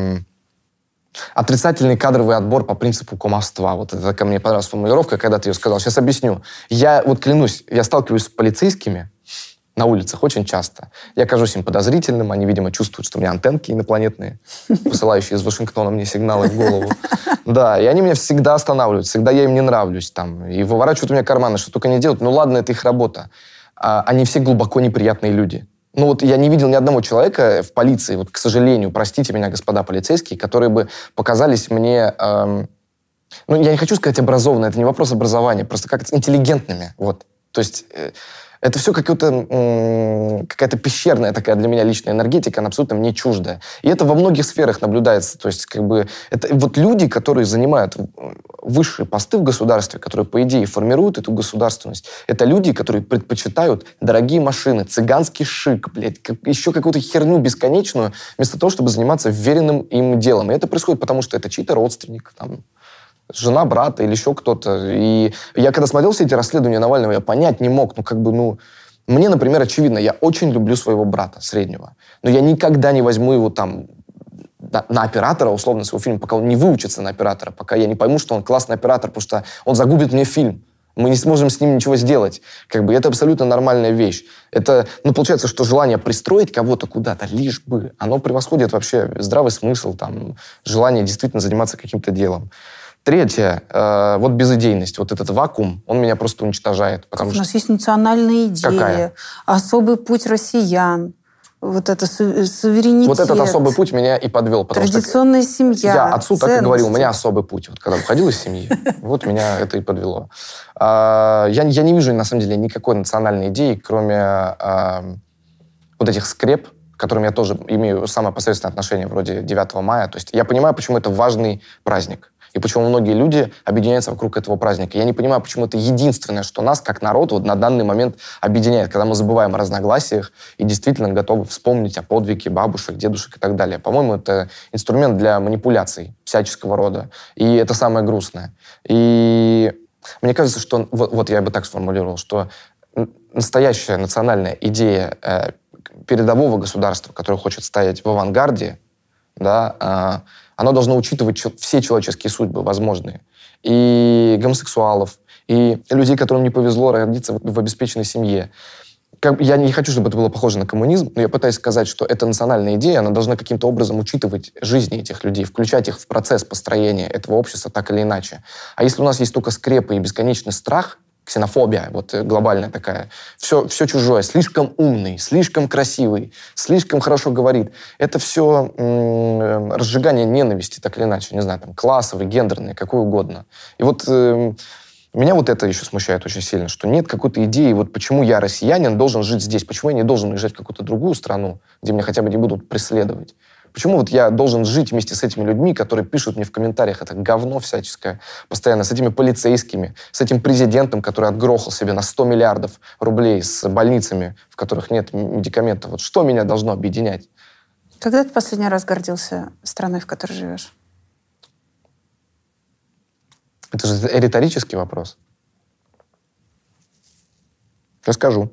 отрицательный кадровый отбор по принципу кумовства. Вот это ко мне понравилась формулировка, когда ты ее сказал. Сейчас объясню. Я вот клянусь, я сталкиваюсь с полицейскими на улицах очень часто. Я кажусь им подозрительным, они, видимо, чувствуют, что у меня антенки инопланетные, посылающие из Вашингтона мне сигналы в голову. Да, и они меня всегда останавливают, всегда я им не нравлюсь. И выворачивают у меня карманы, что только не делают. Ну ладно, это их работа. Они все глубоко неприятные люди. Я не видел ни одного человека в полиции, к сожалению, простите меня, господа полицейские, которые бы показались мне... я не хочу сказать образованные, это не вопрос образования, просто как-то интеллигентными. То есть... Это все какая-то пещерная такая для меня личная энергетика, она абсолютно мне чуждая. И это во многих сферах наблюдается. То есть, это люди, которые занимают высшие посты в государстве, которые, по идее, формируют эту государственность, это люди, которые предпочитают дорогие машины, цыганский шик, еще какую-то херню бесконечную, вместо того, чтобы заниматься веренным им делом. И это происходит потому, что это чей-то родственник, жена брата или еще кто-то. И я когда смотрел все эти расследования Навального, я понять не мог. Мне, например, очевидно, я очень люблю своего брата среднего, но я никогда не возьму его на оператора, условно, своего фильма, пока он не выучится на оператора, пока я не пойму, что он классный оператор, потому что он загубит мне фильм. Мы не сможем с ним ничего сделать. Это абсолютно нормальная вещь. Это, получается, что желание пристроить кого-то куда-то, лишь бы, оно превосходит вообще здравый смысл, желание действительно заниматься каким-то делом. Третье, вот безыдейность, вот этот вакуум, он меня просто уничтожает. У нас есть национальная идея, Какая? особый путь россиян, вот это суверенитет. Вот этот особый путь меня и подвел. Традиционная семья, я отцу ценности. так и говорил, у меня особый путь. Вот когда выходил из семьи, вот меня это и подвело. Я не вижу, на самом деле, никакой национальной идеи, кроме вот этих скреп, к которым я тоже имею самое посредственное отношение, вроде 9 мая. То есть я понимаю, почему это важный праздник. И почему многие люди объединяются вокруг этого праздника. Я не понимаю, почему это единственное, что нас, как народ, вот на данный момент объединяет, когда мы забываем о разногласиях и действительно готовы вспомнить о подвиге бабушек, дедушек и так далее. По-моему, это инструмент для манипуляций всяческого рода. И это самое грустное. И мне кажется, что, вот я бы так сформулировал, что настоящая национальная идея передового государства, которое хочет стоять в авангарде, да, оно должно учитывать все человеческие судьбы возможные. И гомосексуалов, и людей, которым не повезло родиться в обеспеченной семье. Я не хочу, чтобы это было похоже на коммунизм, но я пытаюсь сказать, что эта национальная идея, она должна каким-то образом учитывать жизни этих людей, включать их в процесс построения этого общества так или иначе. А если у нас есть только скрепы и бесконечный страх, ксенофобия, вот глобальная такая, все чужое, слишком умный, слишком красивый, слишком хорошо говорит. Это все разжигание ненависти, так или иначе, не знаю, там, классовой, гендерной, какой угодно. И вот меня вот это еще смущает очень сильно, что нет какой-то идеи, вот почему я, россиянин, должен жить здесь, почему я не должен уезжать в какую-то другую страну, где меня хотя бы не будут преследовать. Почему вот я должен жить вместе с этими людьми, которые пишут мне в комментариях это говно всяческое постоянно, с этими полицейскими, с этим президентом, который отгрохал себе на 100 миллиардов рублей, с больницами, в которых нет медикаментов. Вот что меня должно объединять? Когда ты последний раз гордился страной, в которой живешь? Это же риторический вопрос. Я скажу.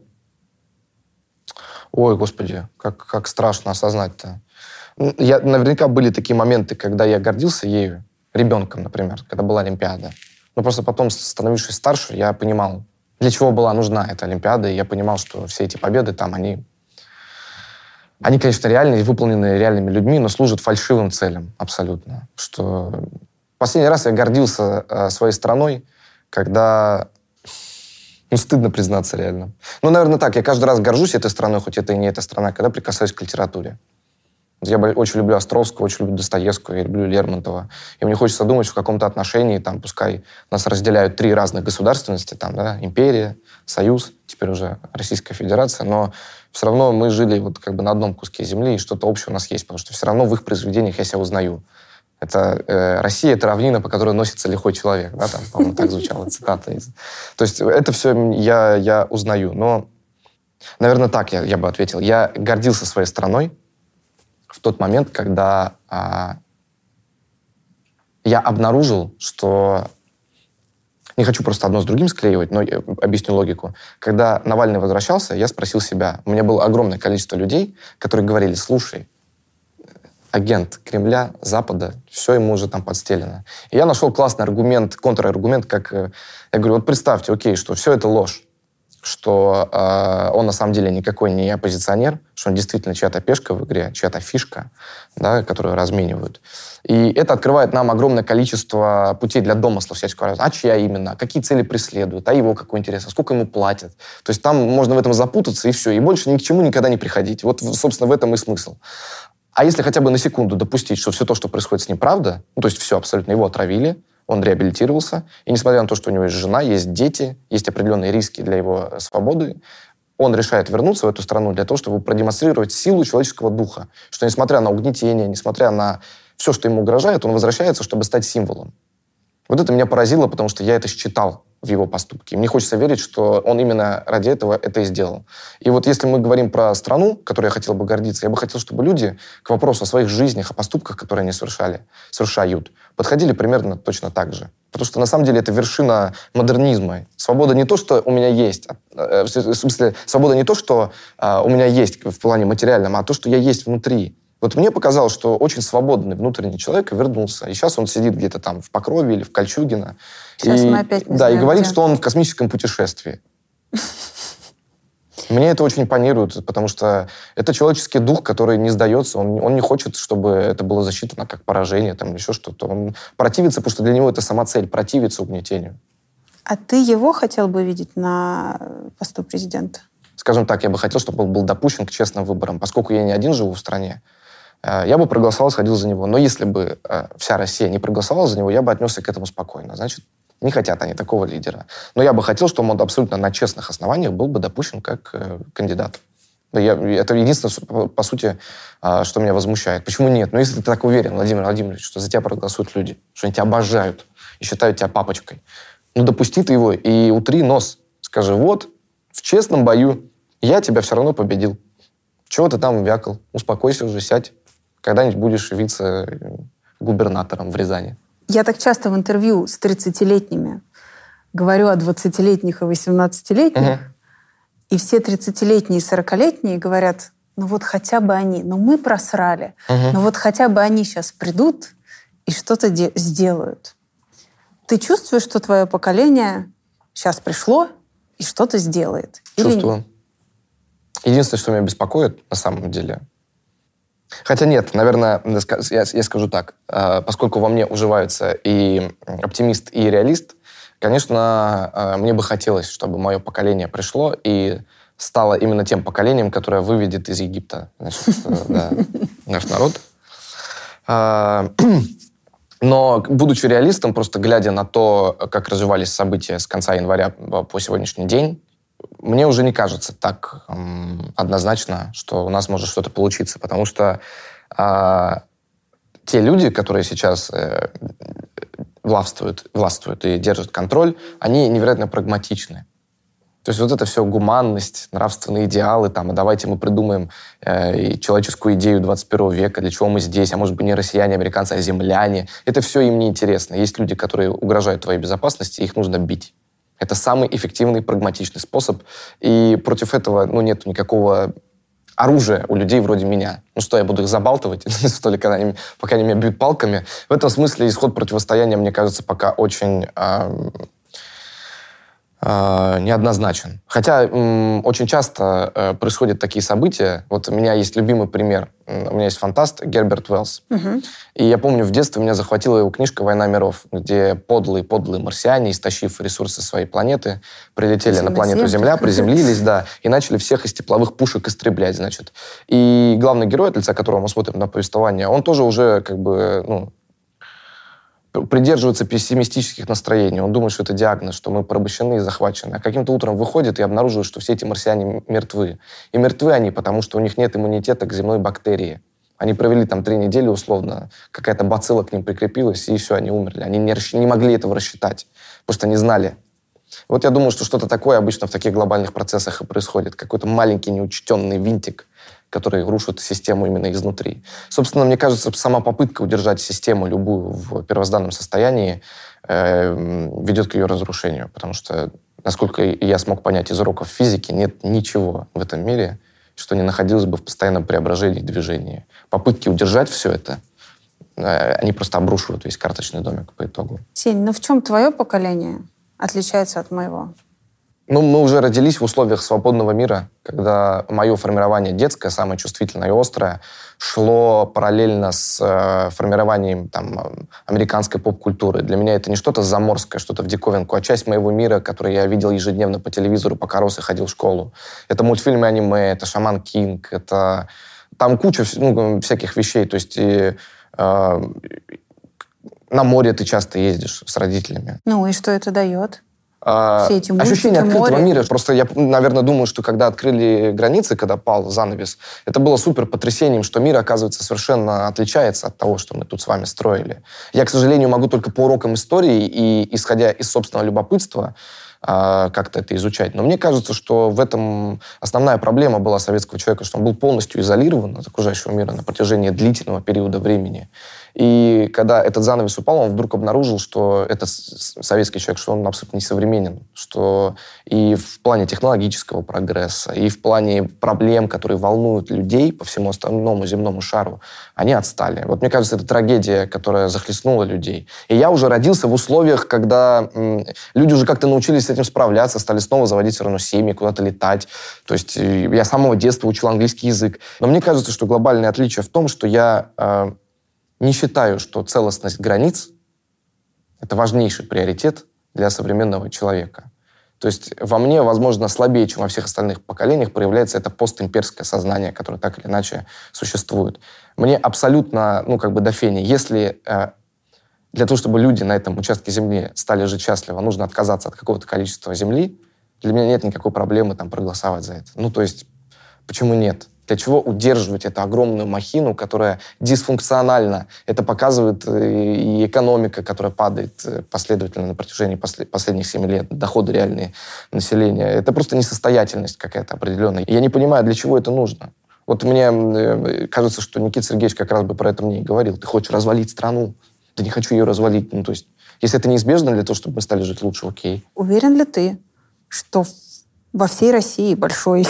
Ой, Господи, как страшно осознать-то. Наверняка были такие моменты, когда я гордился ею, ребенком, например, когда была Олимпиада. Но просто потом, становившись старше, я понимал, для чего была нужна эта Олимпиада, и я понимал, что все эти победы там, они, конечно, реальные, выполнены реальными людьми, но служат фальшивым целям абсолютно. Что последний раз я гордился своей страной, когда... стыдно признаться реально. Наверное, так. Я каждый раз горжусь этой страной, хоть это и не эта страна, когда прикасаюсь к литературе. Я очень люблю Островского, очень люблю Достоевского, я люблю Лермонтова. И мне хочется думать, в каком-то отношении, там, пускай нас разделяют 3 разных государственности, там, да, империя, Союз, теперь уже Российская Федерация, но все равно мы жили вот как бы на одном куске земли, и что-то общее у нас есть, потому что все равно в их произведениях я себя узнаю. Это Россия — это равнина, по которой носится лихой человек. Да, там, по-моему, так звучала цитата. То есть это все я узнаю. Но, наверное, так я бы ответил. Я гордился своей страной в тот момент, когда я обнаружил, что... Не хочу просто одно с другим склеивать, но я объясню логику. Когда Навальный возвращался, я спросил себя. У меня было огромное количество людей, которые говорили: слушай, агент Кремля, Запада, все ему уже там подстелено. И я нашел классный аргумент, контраргумент, как... Я говорю, вот представьте, окей, что все это ложь, что он на самом деле никакой не оппозиционер, что он действительно чья-то пешка в игре, чья-то фишка, да, которую разменивают. И это открывает нам огромное количество путей для домысла всяческого раза. А чья именно? Какие цели преследуют? А его какой интерес? А сколько ему платят? То есть там можно в этом запутаться, и все. И больше ни к чему никогда не приходить. Вот, собственно, в этом и смысл. А если хотя бы на секунду допустить, что все то, что происходит с ним, правда, то есть все абсолютно, его отравили, он реабилитировался, и несмотря на то, что у него есть жена, есть дети, есть определенные риски для его свободы, он решает вернуться в эту страну для того, чтобы продемонстрировать силу человеческого духа, что несмотря на угнетение, несмотря на все, что ему угрожает, он возвращается, чтобы стать символом. Вот это меня поразило, потому что я это считал в его поступке. И мне хочется верить, что он именно ради этого это и сделал. И вот если мы говорим про страну, которой я хотел бы гордиться, я бы хотел, чтобы люди к вопросу о своих жизнях, о поступках, которые они совершают, подходили примерно точно так же. Потому что на самом деле это вершина модернизма. Свобода не то, что у меня есть, в смысле, свобода не то, что у меня есть в плане материальном, а то, что я есть внутри. Вот мне показалось, что очень свободный внутренний человек вернулся. И сейчас он сидит где-то там в Покрове или в Кольчугино. Сейчас мы опять не да, знаем, и говорит, где. что он в космическом путешествии. Мне это очень импонирует, потому что это человеческий дух, который не сдается. Он не хочет, чтобы это было засчитано как поражение там, или еще что-то. Он противится, потому что для него это сама цель — противиться угнетению. А ты его хотел бы видеть на посту президента? Скажем так, я бы хотел, чтобы он был допущен к честным выборам. Поскольку я не один живу в стране, я бы проголосовал, сходил за него. Но если бы вся Россия не проголосовала за него, я бы отнесся к этому спокойно. Значит, не хотят они такого лидера. Но я бы хотел, чтобы он абсолютно на честных основаниях был бы допущен как кандидат. Это единственное, по сути, что меня возмущает. Почему нет? Ну, если ты так уверен, Владимир Владимирович, что за тебя проголосуют люди, что они тебя обожают и считают тебя папочкой, ну, допусти ты его и утри нос. Скажи, вот, в честном бою я тебя все равно победил. Чего ты там вякал? Успокойся уже, сядь. Когда-нибудь будешь вице-губернатором в Рязани. Я так часто в интервью с 30-летними говорю о 20-летних и 18-летних, и все 30-летние и 40-летние говорят, ну вот хотя бы они, ну мы просрали, но вот хотя бы они сейчас придут и что-то сделают. Ты чувствуешь, что твое поколение сейчас пришло и что-то сделает? Чувствую. Единственное, что меня беспокоит на самом деле... Хотя нет, наверное, я скажу так. Поскольку во мне уживаются и оптимист, и реалист, конечно, мне бы хотелось, чтобы мое поколение пришло и стало именно тем поколением, которое выведет из Египта, значит, наш народ. Но, будучи реалистом, просто глядя на то, как развивались события с конца января по сегодняшний день, мне уже не кажется так однозначно, что у нас может что-то получиться, потому что те люди, которые сейчас властвуют и держат контроль, они невероятно прагматичны. То есть вот это все гуманность, нравственные идеалы, там, а давайте мы придумаем человеческую идею 21 века, для чего мы здесь, а может быть не россияне, американцы, а земляне. Это все им не интересно. Есть люди, которые угрожают твоей безопасности, их нужно бить. Это самый эффективный, прагматичный способ. И против этого нет никакого оружия у людей вроде меня. Ну что, я буду их забалтывать, что ли, пока они меня бьют палками? В этом смысле исход противостояния, мне кажется, пока очень неоднозначен. Хотя очень часто происходят такие события. Вот у меня есть любимый пример. У меня есть фантаст Герберт Уэллс. И я помню, в детстве меня захватила его книжка «Война миров», где подлые марсиане, истощив ресурсы своей планеты, прилетели на планету Земля, приземлились, да, и начали всех из тепловых пушек истреблять, значит. И главный герой, от лица которого мы смотрим на повествование, он тоже уже придерживается пессимистических настроений. Он думает, что это диагноз, что мы порабощены и захвачены. А каким-то утром выходит и обнаруживает, что все эти марсиане мертвы. И мертвы они, потому что у них нет иммунитета к земной бактерии. Они провели там 3 недели условно, какая-то бацилла к ним прикрепилась, и все, они умерли. Они не могли этого рассчитать, потому что не знали. Вот я думаю, что что-то такое обычно в таких глобальных процессах и происходит. Какой-то маленький неучтенный винтик, который рушит систему именно изнутри. Собственно, мне кажется, сама попытка удержать систему любую в первозданном состоянии ведет к ее разрушению. Потому что, насколько я смог понять из уроков физики, нет ничего в этом мире, что не находилось бы в постоянном преображении и движении. Попытки удержать все это, они просто обрушивают весь карточный домик по итогу. Сень, в чем твое поколение отличается от моего? Мы уже родились в условиях свободного мира, когда мое формирование детское, самое чувствительное и острое, шло параллельно с формированием американской поп-культуры. Для меня это не что-то заморское, что-то в диковинку, а часть моего мира, который я видел ежедневно по телевизору, пока рос и ходил в школу. Это мультфильмы аниме, это Шаман Кинг, это там куча всяких вещей. То есть на море ты часто ездишь с родителями. И что это дает? Все эти мультики, ощущение открытого море. мира. Просто я, наверное, думаю, что когда открыли границы, когда пал занавес, это было супер потрясением, что мир, оказывается, совершенно отличается от того, что мы тут с вами строили. Я, к сожалению, могу только по урокам истории и, исходя из собственного любопытства, как-то это изучать. Но мне кажется, что в этом основная проблема была советского человека, что он был полностью изолирован от окружающего мира на протяжении длительного периода времени. И когда этот занавес упал, он вдруг обнаружил, что этот советский человек, что он абсолютно несовременен, что и в плане технологического прогресса, и в плане проблем, которые волнуют людей по всему остальному земному шару, они отстали. Вот мне кажется, это трагедия, которая захлестнула людей. И я уже родился в условиях, когда люди уже как-то научились с этим справляться, стали снова заводить все равно семьи, куда-то летать. То есть я с самого детства учил английский язык. Но мне кажется, что глобальное отличие в том, что я не считаю, что целостность границ — это важнейший приоритет для современного человека. То есть во мне, возможно, слабее, чем во всех остальных поколениях, проявляется это постимперское сознание, которое так или иначе существует. Мне абсолютно, до фени. Если для того, чтобы люди на этом участке земли стали жить счастливо, нужно отказаться от какого-то количества земли, для меня нет никакой проблемы проголосовать за это. То есть почему нет? Для чего удерживать эту огромную махину, которая дисфункциональна? Это показывает и экономика, которая падает последовательно на протяжении последних 7 лет, доходы реальные населения. Это просто несостоятельность какая-то определенная. И я не понимаю, для чего это нужно. Вот мне кажется, что Никита Сергеевич как раз бы про это мне и говорил. Ты хочешь развалить страну? Да не хочу ее развалить. То есть, если это неизбежно для того, чтобы мы стали жить лучше, окей. Уверен ли ты, что во всей России большой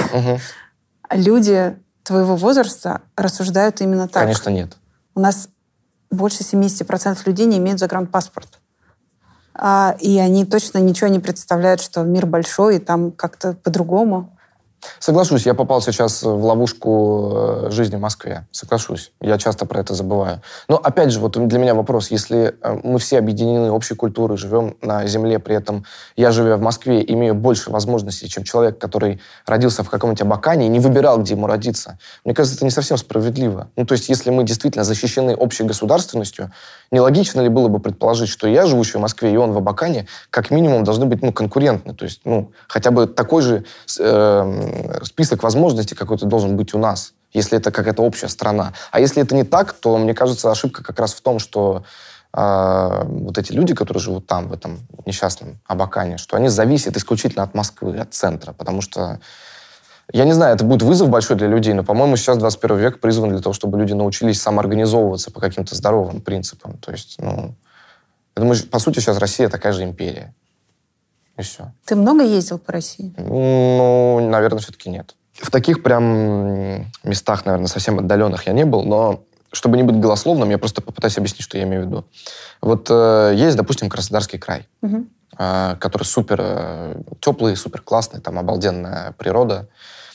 люди твоего возраста рассуждают именно так? Конечно, нет. У нас больше 70% людей не имеют загранпаспорт. И они точно ничего не представляют, что мир большой, и там как-то по-другому. Соглашусь, я попал сейчас в ловушку жизни в Москве. Соглашусь, я часто про это забываю. Но опять же, вот для меня вопрос, если мы все объединены общей культурой, живем на земле, при этом я, живя в Москве, имею больше возможностей, чем человек, который родился в каком-нибудь Абакане и не выбирал, где ему родиться. Мне кажется, это не совсем справедливо. То есть, если мы действительно защищены общей государственностью, нелогично ли было бы предположить, что я, живущий в Москве, и он в Абакане, как минимум должны быть конкурентны. То есть, хотя бы такой же список возможностей какой-то должен быть у нас, если это какая-то общая страна. А если это не так, то, мне кажется, ошибка как раз в том, что вот эти люди, которые живут там, в этом несчастном Абакане, что они зависят исключительно от Москвы, от центра. Потому что, я не знаю, это будет вызов большой для людей, но, по-моему, сейчас 21 век призван для того, чтобы люди научились самоорганизовываться по каким-то здоровым принципам. То есть, я думаю, по сути, сейчас Россия такая же империя. И все. Ты много ездил по России? Наверное, все-таки нет. В таких прям местах, наверное, совсем отдаленных я не был, но чтобы не быть голословным, я просто попытаюсь объяснить, что я имею в виду. Вот есть, допустим, Краснодарский край, который супер теплый, супер классный, там обалденная природа,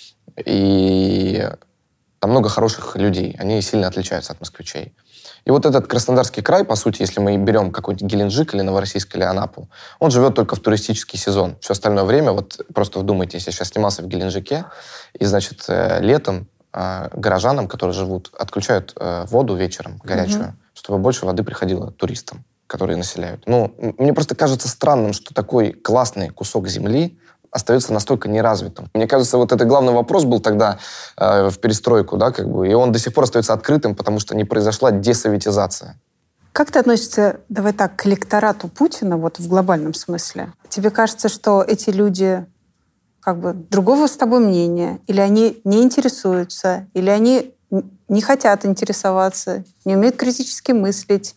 и там много хороших людей, они сильно отличаются от москвичей. И вот этот Краснодарский край, по сути, если мы берем какой-нибудь Геленджик или Новороссийск или Анапу, он живет только в туристический сезон. Все остальное время, вот просто вдумайтесь, я сейчас снимался в Геленджике, и, значит, летом горожанам, которые живут, отключают воду вечером горячую, чтобы больше воды приходило туристам, которые населяют. Мне просто кажется странным, что такой классный кусок земли остается настолько неразвитым. Мне кажется, вот это главный вопрос был тогда в перестройку, и он до сих пор остается открытым, потому что не произошла десоветизация. Как ты относишься, давай так, к электорату Путина вот в глобальном смысле? Тебе кажется, что эти люди другого с тобой мнения, или они не интересуются, или они не хотят интересоваться, не умеют критически мыслить,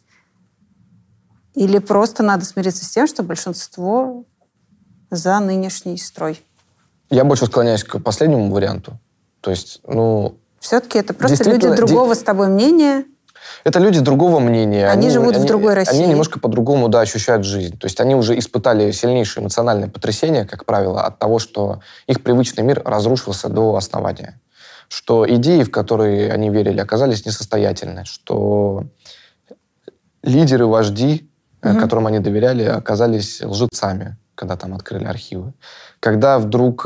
или просто надо смириться с тем, что большинство за нынешний строй? Я больше склоняюсь к последнему варианту. То есть, все-таки это просто люди другого с тобой мнения? Это люди другого мнения. Они живут в другой России. Они немножко по-другому, ощущают жизнь. То есть они уже испытали сильнейшее эмоциональное потрясение, как правило, от того, что их привычный мир разрушился до основания. Что идеи, в которые они верили, оказались несостоятельны. Что лидеры, вожди, которым они доверяли, оказались лжецами, когда там открыли архивы. Когда вдруг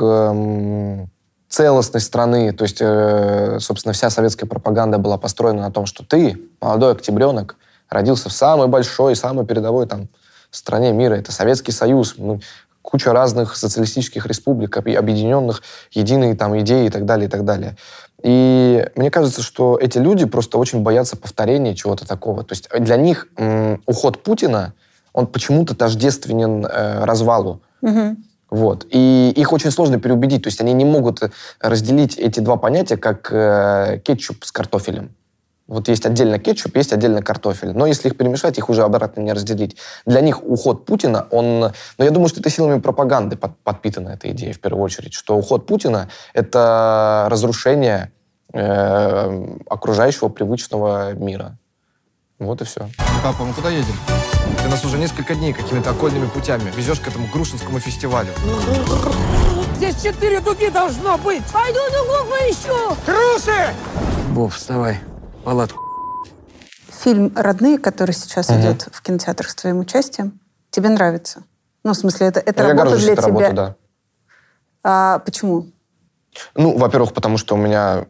целостность страны, то есть, собственно, вся советская пропаганда была построена на том, что ты, молодой октябренок, родился в самой большой, самой передовой стране мира. Это Советский Союз, куча разных социалистических республик, объединенных единой идеей и так далее, и так далее. И мне кажется, что эти люди просто очень боятся повторения чего-то такого. То есть для них уход Путина, он почему-то тождественен развалу. Вот. И их очень сложно переубедить. То есть они не могут разделить эти два понятия, как кетчуп с картофелем. Вот есть отдельно кетчуп, есть отдельно картофель. Но если их перемешать, их уже обратно не разделить. Для них уход Путина, Но я думаю, что это силами пропаганды подпитана эта идея, в первую очередь, что уход Путина — это разрушение окружающего привычного мира. Вот и все. Папа, мы куда едем? Ты нас уже несколько дней какими-то окольными путями везешь к этому Грушинскому фестивалю. Здесь 4 дуги должно быть! Пойду дугу поищу! Трусы! Боб, вставай. Палатку. Фильм «Родные», который сейчас идет в кинотеатрах с твоим участием, тебе нравится? Ну, в смысле, это работа для тебя? Работу, да. А почему? Ну, во-первых, потому что у меня...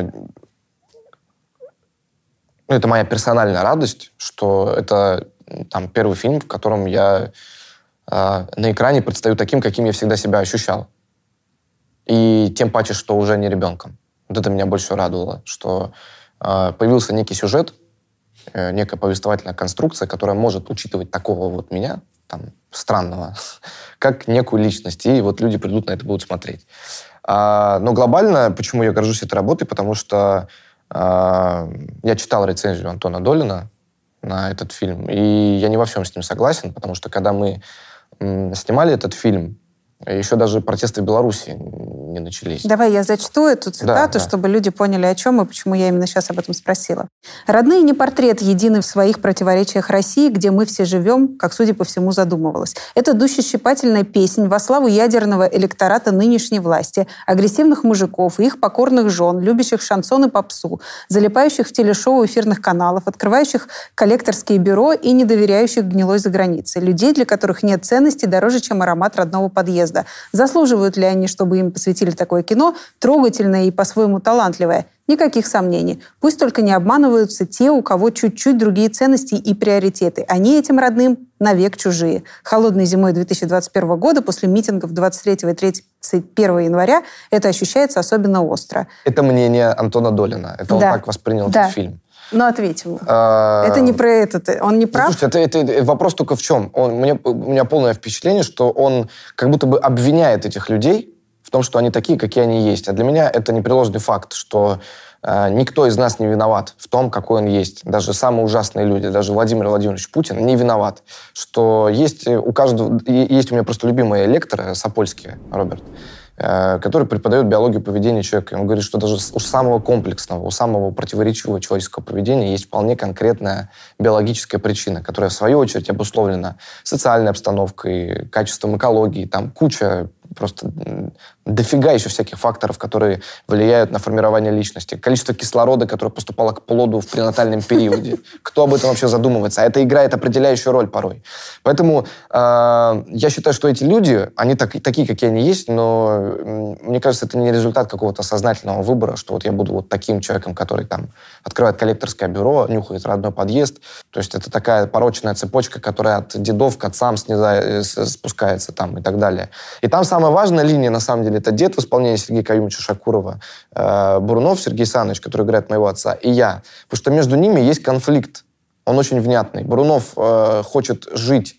это моя персональная радость, что это там первый фильм, в котором я на экране предстаю таким, каким я всегда себя ощущал. И тем паче, что уже не ребенком. Вот это меня больше радовало, что появился некий сюжет, некая повествовательная конструкция, которая может учитывать такого вот меня, там, странного, как некую личность. И вот люди придут на это, будут смотреть. Но глобально, почему я горжусь этой работой, потому что я читал рецензию Антона Долина на этот фильм, и я не во всем с ним согласен, потому что когда мы снимали этот фильм, еще даже протесты в Беларуси не начались. Давай я зачту эту цитату, чтобы люди поняли, о чем и почему я именно сейчас об этом спросила. «Родные не портрет единый в своих противоречиях России, где мы все живем, как, судя по всему, задумывалось. Это душещипательная песнь во славу ядерного электората нынешней власти, агрессивных мужиков и их покорных жен, любящих шансон и попсу, залипающих в телешоу эфирных каналов, открывающих коллекторские бюро и не доверяющих гнилой загранице. Людей, для которых нет ценностей дороже, чем аромат родного подъезда. Заслуживают ли они, чтобы им посвятили такое кино, трогательное и по-своему талантливое? Никаких сомнений. Пусть только не обманываются те, у кого чуть-чуть другие ценности и приоритеты. Они этим родным навек чужие. Холодной зимой 2021 года, после митингов 23 и 31 января, это ощущается особенно остро». Это мнение Антона Долина. Это он так воспринял этот фильм. Ну, ответь ему. Это не про это. Он не прав? Слушайте, это вопрос только в чем? У меня полное впечатление, что он как будто бы обвиняет этих людей в том, что они такие, какие они есть. А для меня это непреложный факт, что никто из нас не виноват в том, какой он есть. Даже самые ужасные люди, даже Владимир Владимирович Путин не виноват. Что есть у каждого... Есть у меня просто любимый лектор, Сапольский Роберт, который преподает биологию поведения человека. Он говорит, что даже у самого комплексного, у самого противоречивого человеческого поведения есть вполне конкретная биологическая причина, которая, в свою очередь, обусловлена социальной обстановкой, качеством экологии, там куча, просто дофига еще всяких факторов, которые влияют на формирование личности. Количество кислорода, которое поступало к плоду в пренатальном периоде. Кто об этом вообще задумывается? А это играет определяющую роль порой. Поэтому я считаю, что эти люди, они такие, какие они есть, но мне кажется, это не результат какого-то сознательного выбора, что вот я буду вот таким человеком, который там открывает коллекторское бюро, нюхает родной подъезд. То есть это такая порочная цепочка, которая от дедов к отцам спускается там и так далее. И там самая важная линия, на самом деле, это дед в исполнении Сергея Каюмовича Шакурова, Бурунов Сергей Саныч, который играет моего отца, и я. Потому что между ними есть конфликт. Он очень внятный. Бурунов хочет жить,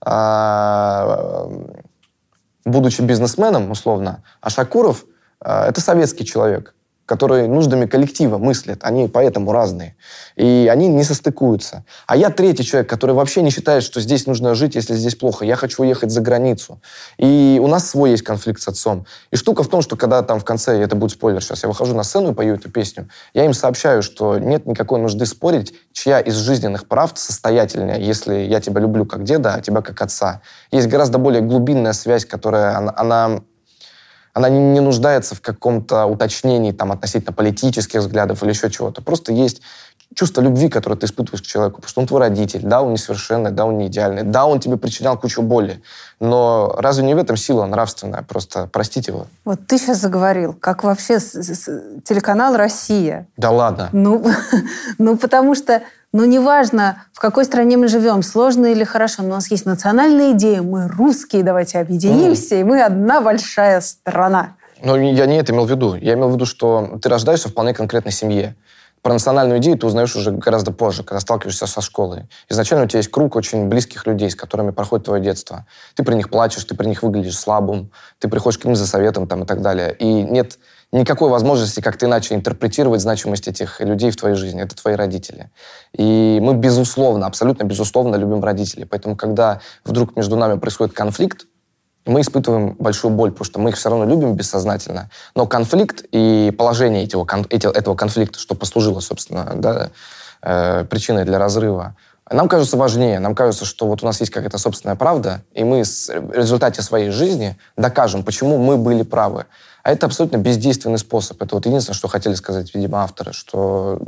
будучи бизнесменом, условно, а Шакуров это советский человек, который нуждами коллектива мыслит. Они поэтому разные. И они не состыкуются. А я третий человек, который вообще не считает, что здесь нужно жить, если здесь плохо. Я хочу уехать за границу. И у нас свой есть конфликт с отцом. И штука в том, что когда там в конце, это будет спойлер сейчас, я выхожу на сцену и пою эту песню, я им сообщаю, что нет никакой нужды спорить, чья из жизненных правд состоятельнее, если я тебя люблю как деда, а тебя как отца. Есть гораздо более глубинная связь, которая, она не нуждается в каком-то уточнении там, относительно политических взглядов или еще чего-то. Просто есть чувство любви, которое ты испытываешь к человеку, потому что он твой родитель. Да, он несовершенный, да, он не идеальный, да, он тебе причинял кучу боли. Но разве не в этом сила нравственная? Просто простить его. Вот ты сейчас заговорил, как вообще телеканал «Россия». Да ладно. Ну, потому что, неважно, в какой стране мы живем, сложно или хорошо, но у нас есть национальная идея, мы русские, давайте объединимся, и мы одна большая страна. Но я не это имел в виду. Я имел в виду, что ты рождаешься в вполне конкретной семье. Про национальную идею ты узнаешь уже гораздо позже, когда сталкиваешься со школой. Изначально у тебя есть круг очень близких людей, с которыми проходит твое детство. Ты при них плачешь, ты при них выглядишь слабым, ты приходишь к ним за советом там, и так далее. И нет никакой возможности как-то иначе интерпретировать значимость этих людей в твоей жизни. Это твои родители. И мы, безусловно, абсолютно безусловно любим родителей. Поэтому, когда вдруг между нами происходит конфликт, мы испытываем большую боль, потому что мы их все равно любим бессознательно. Но конфликт и положение этого конфликта, что послужило, собственно, да, причиной для разрыва, нам кажется важнее. Нам кажется, что вот у нас есть какая-то собственная правда, и мы в результате своей жизни докажем, почему мы были правы. А это абсолютно бездейственный способ. Это вот единственное, что хотели сказать, видимо, авторы, что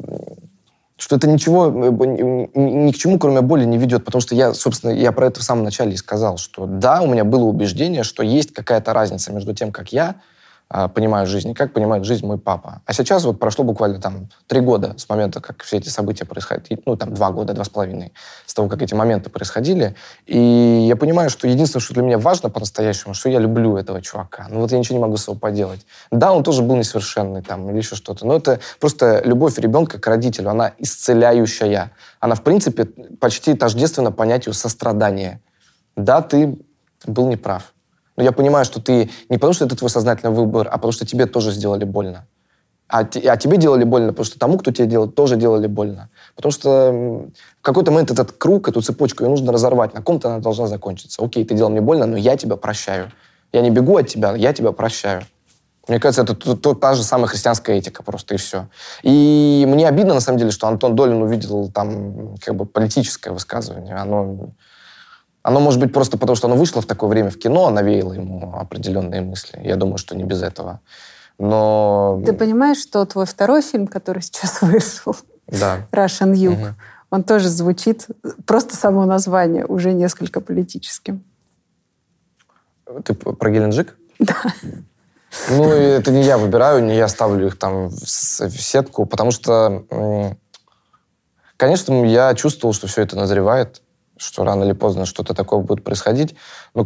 это ничего, ни к чему, кроме боли, не ведет. Потому что я про это в самом начале и сказал, что да, у меня было убеждение, что есть какая-то разница между тем, как я понимаю жизнь и как понимает жизнь мой папа. А сейчас вот прошло буквально 3 года с момента, как все эти события происходили, 2 года, 2,5, с того, как эти моменты происходили. И я понимаю, что единственное, что для меня важно по-настоящему, что я люблю этого чувака. Я ничего не могу с собой поделать. Да, он тоже был несовершенный или еще что-то, но это просто любовь ребенка к родителю, она исцеляющая. Она, в принципе, почти тождественна понятию сострадания. Да, ты был неправ. Но я понимаю, что ты не потому, что это твой сознательный выбор, а потому, что тебе тоже сделали больно. А тебе делали больно, потому что тому, кто тебе делал, тоже делали больно. Потому что в какой-то момент этот круг, эту цепочку ее нужно разорвать. На ком-то она должна закончиться. Окей, ты делал мне больно, но я тебя прощаю. Я не бегу от тебя, я тебя прощаю. Мне кажется, это та же самая христианская этика просто, и все. И мне обидно, на самом деле, что Антон Долин увидел там политическое высказывание. Оно может быть просто потому, что оно вышло в такое время в кино, навеяло ему определенные мысли. Я думаю, что не без этого. Но... Ты понимаешь, что твой второй фильм, который сейчас вышел, да. Russian Юг, он тоже звучит, просто само название, уже несколько политическим. Ты про Геленджик? Да. Это не я выбираю, не я ставлю их там в сетку, потому что, конечно, я чувствовал, что все это назревает, что рано или поздно что-то такое будет происходить. Но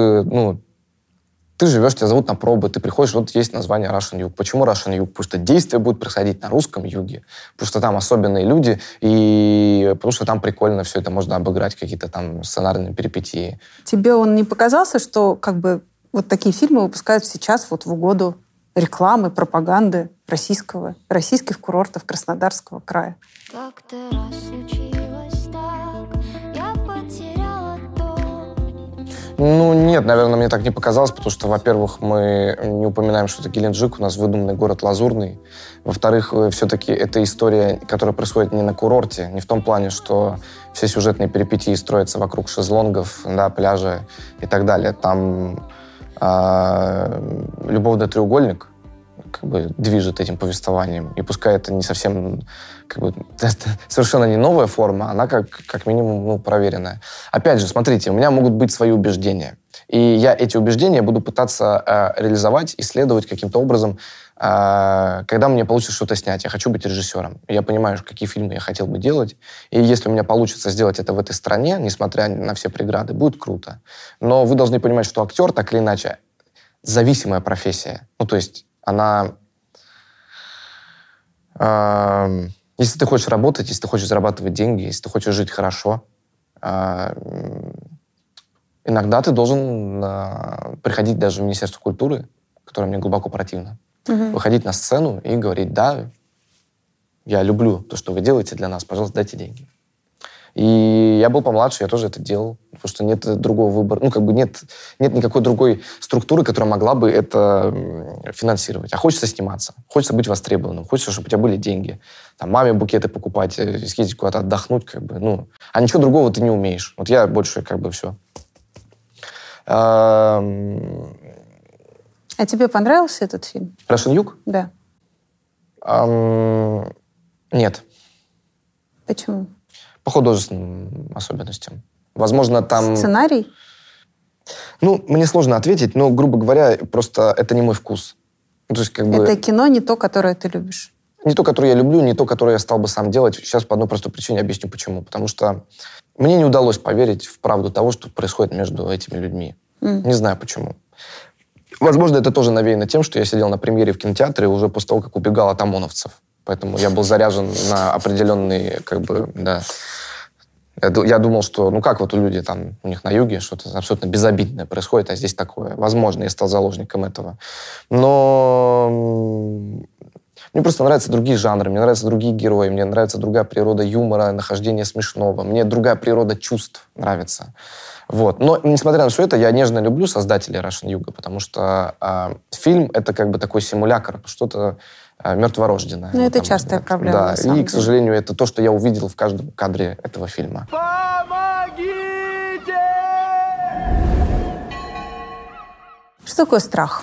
ты живешь, тебя зовут на пробы, ты приходишь, вот есть название Russian Юг. Почему Russian Юг? Потому что действие будет происходить на русском юге, потому что там особенные люди, и потому что там прикольно все это можно обыграть, какие-то там сценарные перипетии. Тебе он не показался, что вот такие фильмы выпускают сейчас вот в угоду рекламы, пропаганды российских курортов Краснодарского края? Как-то раз случилось так, я потеряла то. Нет, наверное, мне так не показалось, потому что, во-первых, мы не упоминаем, что это Геленджик, у нас выдуманный город Лазурный. Во-вторых, все-таки это история, которая происходит не на курорте, не в том плане, что все сюжетные перипетии строятся вокруг шезлонгов, пляжа и так далее. Там любовный треугольник движет этим повествованием. И пускай это не совсем, совершенно не новая форма, она как минимум проверенная. Опять же, смотрите, у меня могут быть свои убеждения. И я эти убеждения буду пытаться реализовать, исследовать каким-то образом, когда мне получится что-то снять. Я хочу быть режиссером. Я понимаю, какие фильмы я хотел бы делать. И если у меня получится сделать это в этой стране, несмотря на все преграды, будет круто. Но вы должны понимать, что актер, так или иначе, зависимая профессия. То есть она... Если ты хочешь работать, если ты хочешь зарабатывать деньги, если ты хочешь жить хорошо, иногда ты должен приходить даже в Министерство культуры, которое мне глубоко противно, выходить на сцену и говорить: да, я люблю то, что вы делаете для нас, пожалуйста, дайте деньги. И я был помладше, я тоже это делал, потому что нет другого выбора, нет никакой другой структуры, которая могла бы это финансировать. А хочется сниматься, хочется быть востребованным, хочется, чтобы у тебя были деньги, маме букеты покупать, съездить куда-то отдохнуть, А ничего другого ты не умеешь. Вот я больше все. А тебе понравился этот фильм? Russian Юг? Да. Нет. Почему? По художественным особенностям. Возможно, там... Сценарий? Мне сложно ответить, но, грубо говоря, просто это не мой вкус. То есть, это кино не то, которое ты любишь? Не то, которое я люблю, не то, которое я стал бы сам делать. Сейчас по одной простой причине объясню, почему. Потому что мне не удалось поверить в правду того, что происходит между этими людьми. Не знаю, почему. Возможно, это тоже навеяно тем, что я сидел на премьере в кинотеатре уже после того, как убегал от ОМОНовцев. Поэтому я был заряжен на определенные, Я думал, что, ну как вот у людей там, у них на юге что-то абсолютно безобидное происходит, а здесь такое. Возможно, я стал заложником этого. Но мне просто нравятся другие жанры, мне нравятся другие герои, мне нравится другая природа юмора, нахождения смешного. Мне другая природа чувств нравится. Вот. Но, несмотря на все это, я нежно люблю создателей Russian Yuga, потому что фильм — это как бы такой симулятор, что-то мертворожденное. Ну, это частая проблема, да, на самом и, деле. к сожалению, это то, что я увидел в каждом кадре этого фильма. Что такое страх?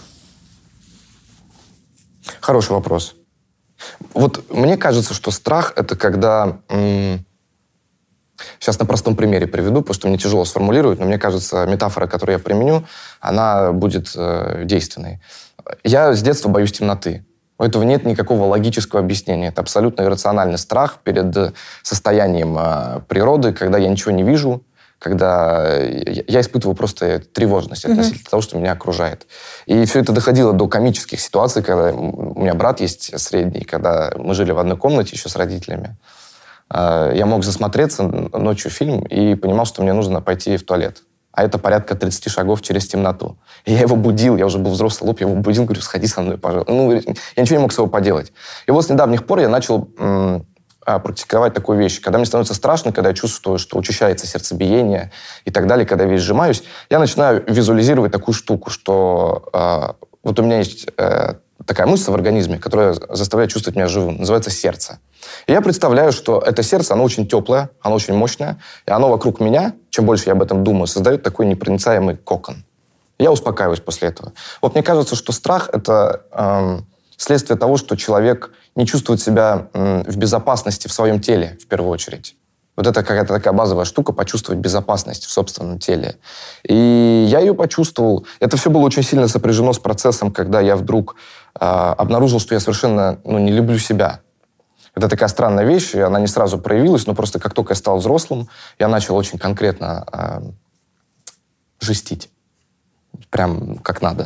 Хороший вопрос. Вот мне кажется, что страх — это когда... Сейчас на простом примере приведу, потому что мне тяжело сформулировать, но мне кажется, метафора, которую я применю, она будет действенной. Я с детства боюсь темноты. У этого нет никакого логического объяснения. Это абсолютно иррациональный страх перед состоянием природы, когда я ничего не вижу, когда я испытываю просто тревожность относительно того, что меня окружает. И все это доходило до комических ситуаций, когда у меня брат есть средний, когда мы жили в одной комнате еще с родителями. Я мог засмотреться ночью фильм и понимал, что мне нужно пойти в туалет. А это порядка 30 шагов через темноту. И я его будил, я уже был взрослый лоб, я его будил, говорю, сходи со мной, пожалуйста. Ну, я ничего не мог с собой поделать. И вот с недавних пор я начал практиковать такую вещь. Когда мне становится страшно, когда я чувствую, что учащается сердцебиение и так далее, когда я весь сжимаюсь, я начинаю визуализировать такую штуку, что вот у меня есть такая мышца в организме, которая заставляет чувствовать меня живым. Называется сердце. И я представляю, что это сердце, оно очень теплое, оно очень мощное, и оно вокруг меня, чем больше я об этом думаю, создает такой непроницаемый кокон. Я успокаиваюсь после этого. Вот мне кажется, что страх — это следствие того, что человек не чувствует себя в безопасности в своем теле, в первую очередь. Вот это какая-то такая базовая штука — почувствовать безопасность в собственном теле. И я ее почувствовал. Это все было очень сильно сопряжено с процессом, когда я вдруг обнаружил, что я совершенно не люблю себя. Это такая странная вещь, и она не сразу проявилась, но просто как только я стал взрослым, я начал очень конкретно жестить. Прям как надо.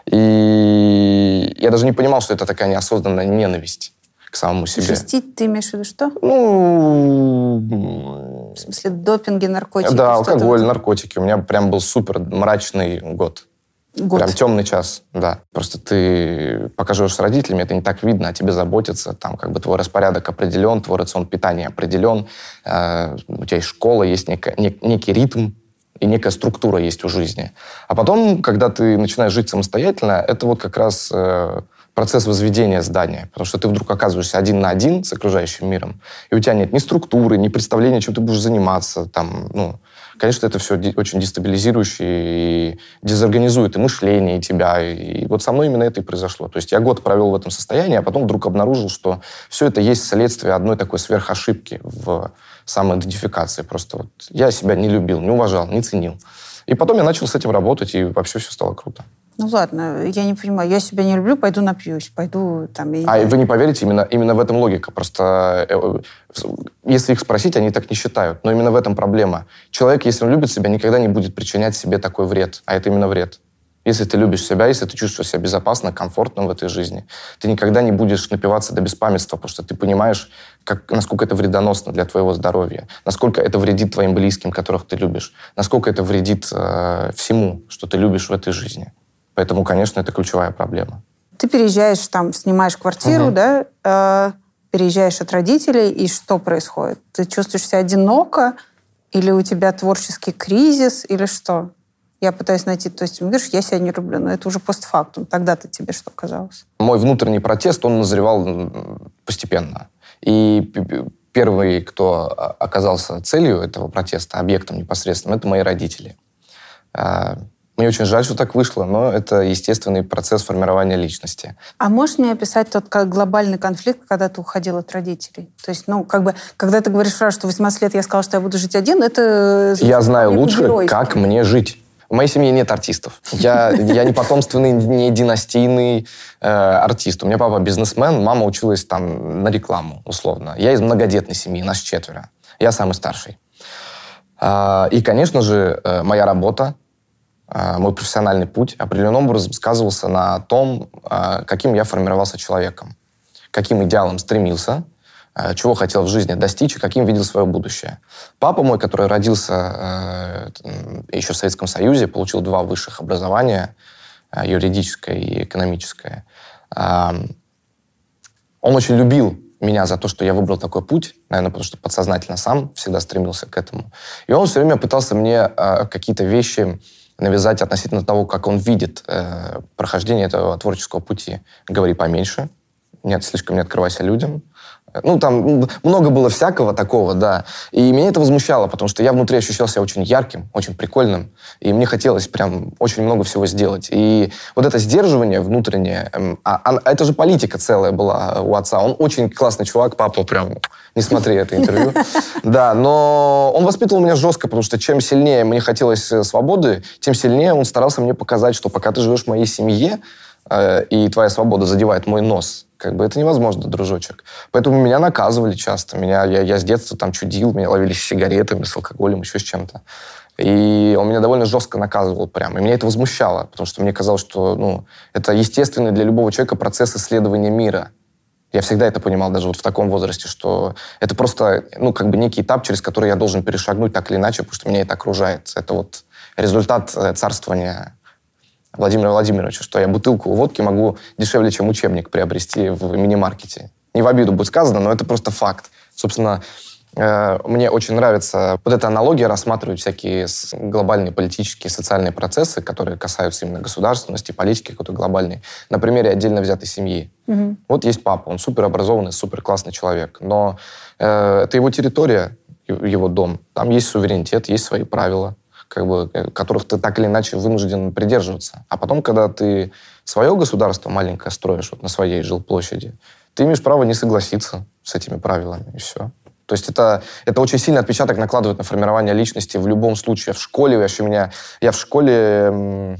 И я даже не понимал, что это такая неосознанная ненависть к самому себе. Жестить ты имеешь в виду что? Ну... В смысле допинги, наркотики? Да, алкоголь, наркотики. У меня прям был супер мрачный год. Прям темный час, да. Просто ты пока живешь с родителями, это не так видно, о тебе заботятся. Там как бы твой распорядок определен, твой рацион питания определен. У тебя есть школа, есть некий ритм и некая структура есть у жизни. А потом, когда ты начинаешь жить самостоятельно, это вот как раз процесс возведения здания. Потому что ты вдруг оказываешься один на один с окружающим миром, и у тебя нет ни структуры, ни представления, чем ты будешь заниматься. Конечно, это все очень дестабилизирующе и дезорганизует и мышление, и тебя. И вот со мной именно это и произошло. То есть я год провел в этом состоянии, а потом вдруг обнаружил, что все это есть следствие одной такой сверхошибки в самоидентификации. Просто вот я себя не любил, не уважал, не ценил. И потом я начал с этим работать, и вообще все стало круто. Ну ладно, я не понимаю. Я себя не люблю, пойду напьюсь, пойду там... А вы не поверите, именно в этом логика. Просто если их спросить, они так не считают. Но именно в этом проблема. Человек, если он любит себя, никогда не будет причинять себе такой вред. А это именно вред. Если ты любишь себя, если ты чувствуешь себя безопасно, комфортно в этой жизни, ты никогда не будешь напиваться до беспамятства, потому что ты понимаешь, насколько это вредоносно для твоего здоровья, насколько это вредит твоим близким, которых ты любишь, насколько это вредит всему, что ты любишь в этой жизни. Поэтому, конечно, это ключевая проблема. Ты переезжаешь, там, снимаешь квартиру, да, переезжаешь от родителей, и что происходит? Ты чувствуешь себя одиноко, или у тебя творческий кризис, или что? Я пытаюсь найти, то есть, ты говоришь, я себя не люблю, но это уже постфактум. Тогда-то тебе что казалось? Мой внутренний протест, он назревал постепенно. И первый, кто оказался целью этого протеста, объектом непосредственным, это мои родители. Мне очень жаль, что так вышло, но это естественный процесс формирования личности. А можешь мне описать тот глобальный конфликт, когда ты уходил от родителей? То есть, когда ты говоришь фразу, что 18 лет я сказал, что я буду жить один, это... Я знаю лучше, как мне жить. В моей семье нет артистов. Я не потомственный, не династийный артист. У меня папа бизнесмен, мама училась там на рекламу, условно. Я из многодетной семьи, нас 4. Я самый старший. И, конечно же, моя работа, мой профессиональный путь определенным образом сказывался на том, каким я формировался человеком, каким идеалом стремился, чего хотел в жизни достичь и каким видел свое будущее. Папа мой, который родился еще в Советском Союзе, получил 2 высших образования, юридическое и экономическое. Он очень любил меня за то, что я выбрал такой путь, наверное, потому что подсознательно сам всегда стремился к этому. И он все время пытался мне какие-то вещи навязать относительно того, как он видит прохождение этого творческого пути. Говори поменьше, слишком не открывайся людям. Ну, там много было всякого такого, да. И меня это возмущало, потому что я внутри ощущал себя очень ярким, очень прикольным, и мне хотелось прям очень много всего сделать. И вот это сдерживание внутреннее, это же политика целая была у отца. Он очень классный чувак, папа прям, не смотри это интервью. Да, но он воспитывал меня жестко, потому что чем сильнее мне хотелось свободы, тем сильнее он старался мне показать, что пока ты живешь в моей семье, и твоя свобода задевает мой нос, как бы это невозможно, дружочек. Поэтому меня наказывали часто. Я с детства там чудил, меня ловили с сигаретами, с алкоголем, еще с чем-то. И он меня довольно жестко наказывал прям. И меня это возмущало, потому что мне казалось, что это естественный для любого человека процесс исследования мира. Я всегда это понимал, даже вот в таком возрасте, что это просто, некий этап, через который я должен перешагнуть так или иначе, потому что меня это окружает. Это вот результат царствования Владимира Владимировича, что я бутылку водки могу дешевле, чем учебник приобрести в мини-маркете. Не в обиду будет сказано, но это просто факт. Собственно, мне очень нравится вот эта аналогия рассматривать всякие глобальные политические, социальные процессы, которые касаются именно государственности, политики какой-то глобальной, на примере отдельно взятой семьи. Угу. Вот есть папа, он суперобразованный, суперклассный человек, но это его территория, его дом, там есть суверенитет, есть свои правила, которых ты так или иначе вынужден придерживаться. А потом, когда ты свое государство маленькое строишь вот на своей жилплощади, ты имеешь право не согласиться с этими правилами, и все. То есть это очень сильный отпечаток накладывает на формирование личности в любом случае. В школе я в школе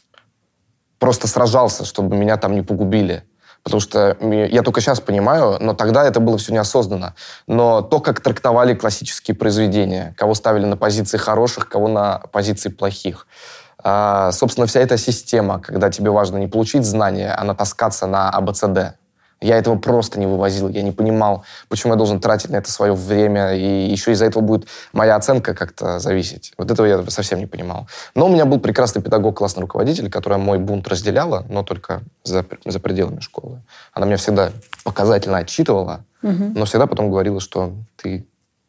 просто сражался, чтобы меня там не погубили. Потому что я только сейчас понимаю, но тогда это было все неосознанно. Но то, как трактовали классические произведения, кого ставили на позиции хороших, кого на позиции плохих. Собственно, вся эта система, когда тебе важно не получить знания, а натаскаться на АБЦД. Я этого просто не вывозил. Я не понимал, почему я должен тратить на это свое время. И еще из-за этого будет моя оценка как-то зависеть. Вот этого я совсем не понимал. Но у меня был прекрасный педагог, классный руководитель, которая мой бунт разделяла, но только за пределами школы. Она меня всегда показательно отчитывала, но всегда потом говорила, что ты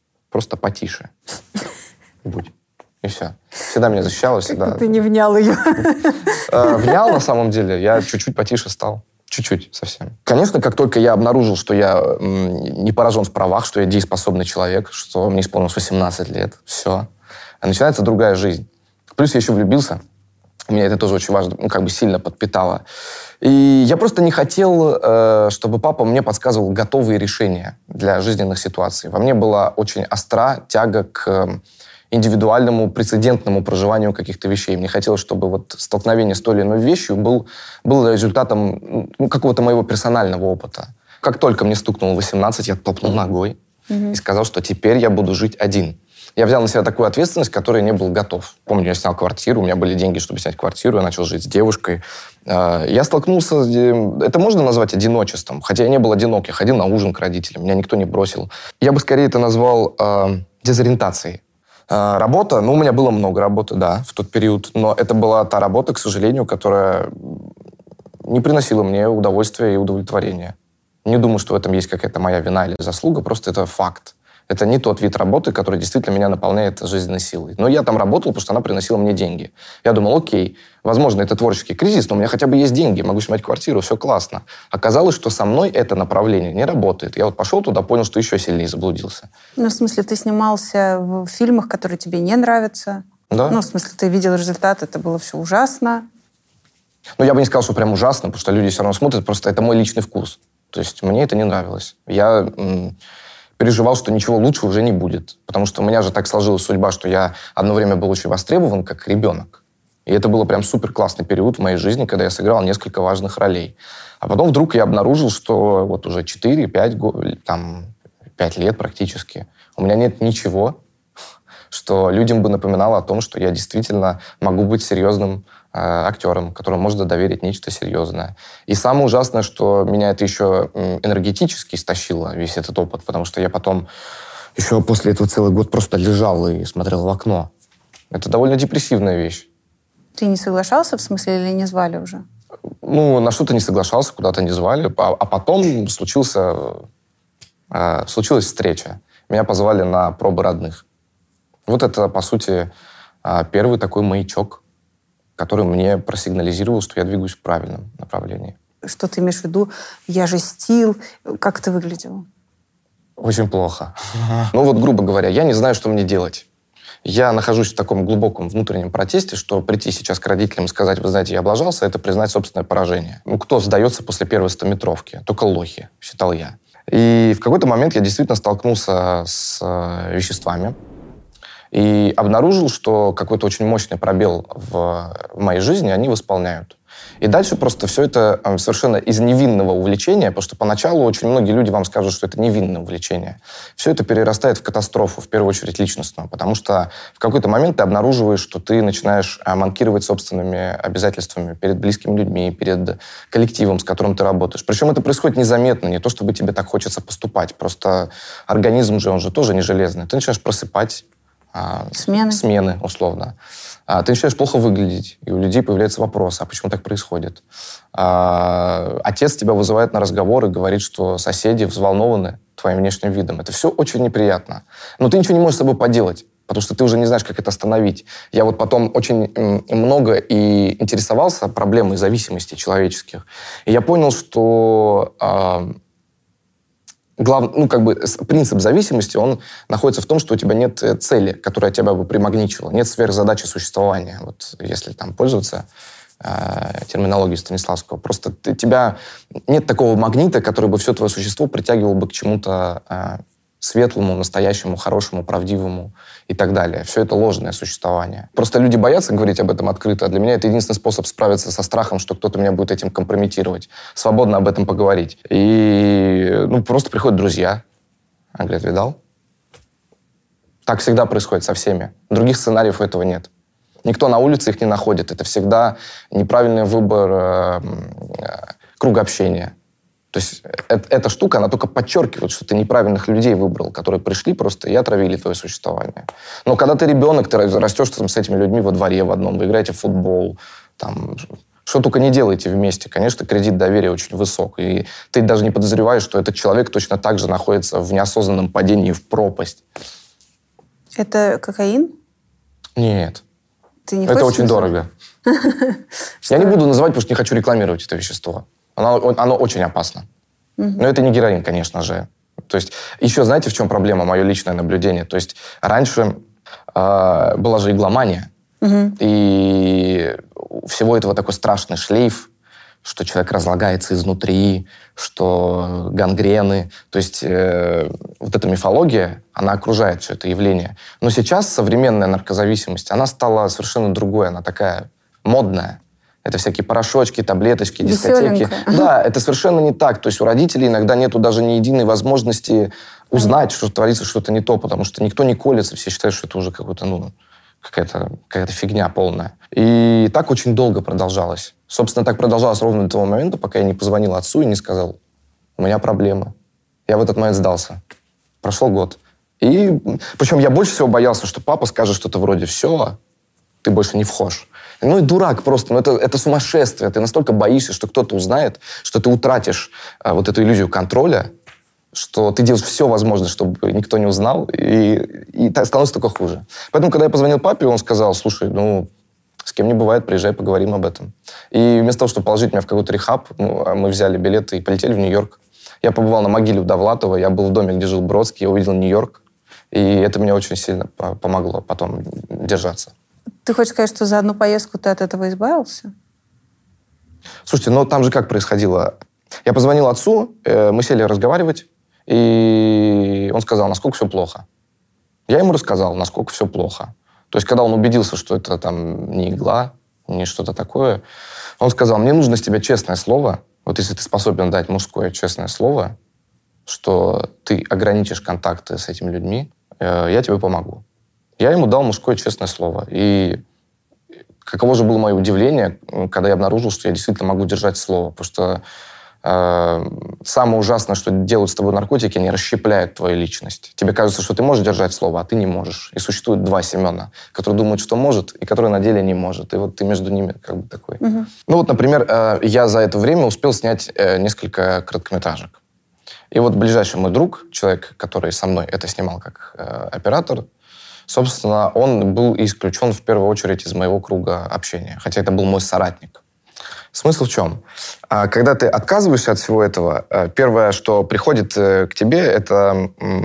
просто будь. И все. Всегда меня защищала, всегда. Ты не внял ее. Внял, на самом деле. Я чуть-чуть потише стал. Чуть-чуть совсем. Конечно, как только я обнаружил, что я не поражен в правах, что я дееспособный человек, что мне исполнилось 18 лет, все. Начинается другая жизнь. Плюс я еще влюбился. Меня это тоже очень важно, сильно подпитало. И я просто не хотел, чтобы папа мне подсказывал готовые решения для жизненных ситуаций. Во мне была очень остра тяга к индивидуальному, прецедентному проживанию каких-то вещей. Мне хотелось, чтобы вот столкновение с той или иной вещью было результатом какого-то моего персонального опыта. Как только мне стукнуло 18, я топнул ногой и сказал, что теперь я буду жить один. Я взял на себя такую ответственность, к которой не был готов. Помню, я снял квартиру, у меня были деньги, чтобы снять квартиру, я начал жить с девушкой. Я столкнулся... Это можно назвать одиночеством? Хотя я не был одинок, я ходил на ужин к родителям, меня никто не бросил. Я бы скорее это назвал дезориентацией. Работа, у меня было много работы, да, в тот период, но это была та работа, к сожалению, которая не приносила мне удовольствия и удовлетворения. Не думаю, что в этом есть какая-то моя вина или заслуга, просто это факт. Это не тот вид работы, который действительно меня наполняет жизненной силой. Но я там работал, потому что она приносила мне деньги. Я думал, окей, возможно, это творческий кризис, но у меня хотя бы есть деньги, могу снимать квартиру, все классно. Оказалось, что со мной это направление не работает. Я вот пошел туда, понял, что еще сильнее заблудился. В смысле, ты снимался в фильмах, которые тебе не нравятся? Да. В смысле, ты видел результат, это было все ужасно? Я бы не сказал, что прям ужасно, потому что люди все равно смотрят, просто это мой личный вкус. То есть мне это не нравилось. Я переживал, что ничего лучше уже не будет. Потому что у меня же так сложилась судьба, что я одно время был очень востребован как ребенок. И это был прям супер классный период в моей жизни, когда я сыграл несколько важных ролей. А потом вдруг я обнаружил, что вот уже 5 лет практически у меня нет ничего, что людям бы напоминало о том, что я действительно могу быть серьезным актером, которому можно доверить нечто серьезное. И самое ужасное, что меня это еще энергетически истощило, весь этот опыт, потому что я потом еще после этого целый год просто лежал и смотрел в окно. Это довольно депрессивная вещь. Ты не соглашался, в смысле, или не звали уже? Ну, на что-то не соглашался, куда-то не звали. А потом случилась встреча. Меня позвали на пробы родных. Вот это, по сути, первый такой маячок, который мне просигнализировал, что я двигаюсь в правильном направлении. Что ты имеешь в виду? Я жестил. Как ты выглядел? Очень плохо. Ну вот, грубо говоря, я не знаю, что мне делать. Я нахожусь в таком глубоком внутреннем протесте, что прийти сейчас к родителям и сказать, вы знаете, я облажался, это признать собственное поражение. Ну, кто сдается после первой 100-метровки? Только лохи, считал я. И в какой-то момент я действительно столкнулся с веществами и обнаружил, что какой-то очень мощный пробел в моей жизни они восполняют. И дальше просто все это совершенно из невинного увлечения, потому что поначалу очень многие люди вам скажут, что это невинное увлечение. Все это перерастает в катастрофу, в первую очередь личностную, потому что в какой-то момент ты обнаруживаешь, что ты начинаешь манкировать собственными обязательствами перед близкими людьми, перед коллективом, с которым ты работаешь. Причем это происходит незаметно, не то чтобы тебе так хочется поступать, просто организм же, он же тоже не железный. Ты начинаешь просыпать смены, условно. Ты начинаешь плохо выглядеть, и у людей появляется вопрос, а почему так происходит? Отец тебя вызывает на разговор и говорит, что соседи взволнованы твоим внешним видом. Это все очень неприятно. Но ты ничего не можешь с собой поделать, потому что ты уже не знаешь, как это остановить. Я вот потом очень много и интересовался проблемой зависимостей человеческих. И я понял, что принцип зависимости, он находится в том, что у тебя нет цели, которая тебя бы примагничивала, нет сверхзадачи существования, вот если там пользоваться терминологией Станиславского. Просто тебя нет такого магнита, который бы все твое существо притягивал бы к чему-то светлому, настоящему, хорошему, правдивому и так далее. Все это ложное существование. Просто люди боятся говорить об этом открыто, а для меня это единственный способ справиться со страхом, что кто-то меня будет этим компрометировать. Свободно об этом поговорить. И просто приходят друзья. Они говорят, видал? Так всегда происходит со всеми. Других сценариев у этого нет. Никто на улице их не находит. Это всегда неправильный выбор круга общения. То есть эта штука, она только подчеркивает, что ты неправильных людей выбрал, которые пришли просто и отравили твое существование. Но когда ты ребенок, ты растешь там, с этими людьми во дворе в одном, вы играете в футбол, там, что только не делаете вместе. Конечно, кредит доверия очень высок. И ты даже не подозреваешь, что этот человек точно так же находится в неосознанном падении в пропасть. Это кокаин? Нет. Ты не это очень дорого. Я не буду называть, потому что не хочу рекламировать это вещество. Оно очень опасно. Но это не героин, конечно же. То есть еще знаете, в чем проблема, мое личное наблюдение? То есть раньше была же игломания. И всего этого такой страшный шлейф, что человек разлагается изнутри, что гангрены. То есть вот эта мифология, она окружает все это явление. Но сейчас современная наркозависимость, она стала совершенно другой. Она такая модная. Это всякие порошочки, таблеточки, дискотеки. Да, это совершенно не так. То есть у родителей иногда нету даже ни единой возможности узнать, что творится что-то не то, потому что никто не колется, все считают, что это уже какая-то фигня полная. И так очень долго продолжалось. Собственно, так продолжалось ровно до того момента, пока я не позвонил отцу и не сказал, у меня проблемы. Я в этот момент сдался. Прошел год. И причем я больше всего боялся, что папа скажет что-то вроде «все, ты больше не вхож». Ну и дурак просто, это сумасшествие. Ты настолько боишься, что кто-то узнает, что ты утратишь вот эту иллюзию контроля, что ты делаешь все возможное, чтобы никто не узнал, и становится только хуже. Поэтому, когда я позвонил папе, он сказал, слушай, с кем не бывает, приезжай, поговорим об этом. И вместо того, чтобы положить меня в какой-то рехаб, мы взяли билеты и полетели в Нью-Йорк. Я побывал на могиле у Довлатова, я был в доме, где жил Бродский, я увидел Нью-Йорк, и это мне очень сильно помогло потом держаться. Ты хочешь сказать, что за одну поездку ты от этого избавился? Слушайте, там же как происходило? Я позвонил отцу, мы сели разговаривать, и он сказал, насколько все плохо. Я ему рассказал, насколько все плохо. То есть, когда он убедился, что это там не игла, не что-то такое, он сказал, мне нужно с тебя честное слово, вот если ты способен дать мужское честное слово, что ты ограничишь контакты с этими людьми, я тебе помогу. Я ему дал мужское честное слово. И каково же было мое удивление, когда я обнаружил, что я действительно могу держать слово. Потому что самое ужасное, что делают с тобой наркотики, они расщепляют твою личность. Тебе кажется, что ты можешь держать слово, а ты не можешь. И существует два Семена, которые думают, что может, и которые на деле не может. И вот ты между ними как бы такой. Ну вот, например, я за это время успел снять несколько короткометражек. И вот ближайший мой друг, человек, который со мной это снимал как оператор, собственно, он был исключен в первую очередь из моего круга общения. Хотя это был мой соратник. Смысл в чем? Когда ты отказываешься от всего этого, первое, что приходит к тебе, это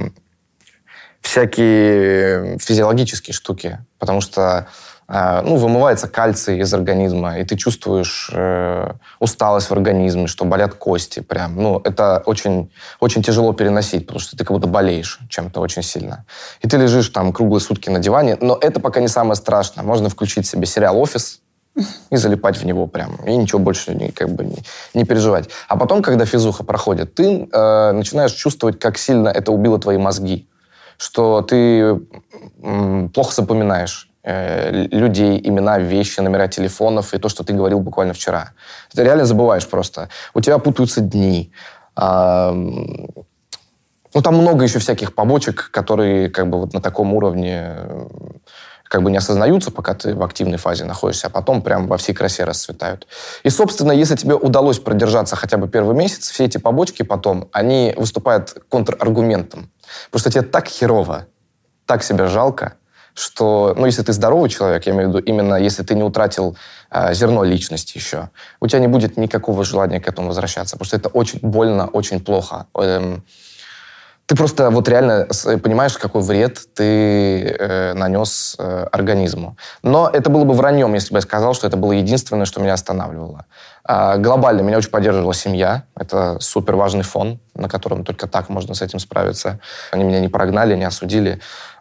всякие физиологические штуки. Потому что вымывается кальций из организма, и ты чувствуешь усталость в организме, что болят кости. Прям. Это очень, очень тяжело переносить, потому что ты как будто болеешь чем-то очень сильно. И ты лежишь там круглые сутки на диване, но это пока не самое страшное. Можно включить себе сериал «Офис», и залипать в него прям. И ничего больше не переживать. А потом, когда физуха проходит, ты начинаешь чувствовать, как сильно это убило твои мозги. Что ты плохо запоминаешь людей, имена, вещи, номера телефонов и то, что ты говорил буквально вчера. Ты реально забываешь просто. У тебя путаются дни. Там много еще всяких побочек, которые как бы вот на таком уровне как бы не осознаются, пока ты в активной фазе находишься, а потом прям во всей красе расцветают. И, собственно, если тебе удалось продержаться хотя бы первый месяц, все эти побочки потом, они выступают контраргументом. Потому что тебе так херово, так себя жалко, что, если ты здоровый человек, я имею в виду именно если ты не утратил зерно личности еще, у тебя не будет никакого желания к этому возвращаться, потому что это очень больно, очень плохо. Ты просто вот реально понимаешь, какой вред ты нанес организму. Но это было бы враньем, если бы я сказал, что это было единственное, что меня останавливало. Глобально меня очень поддерживала семья. Это супер важный фон, на котором только так можно с этим справиться. Они меня не прогнали, не осудили.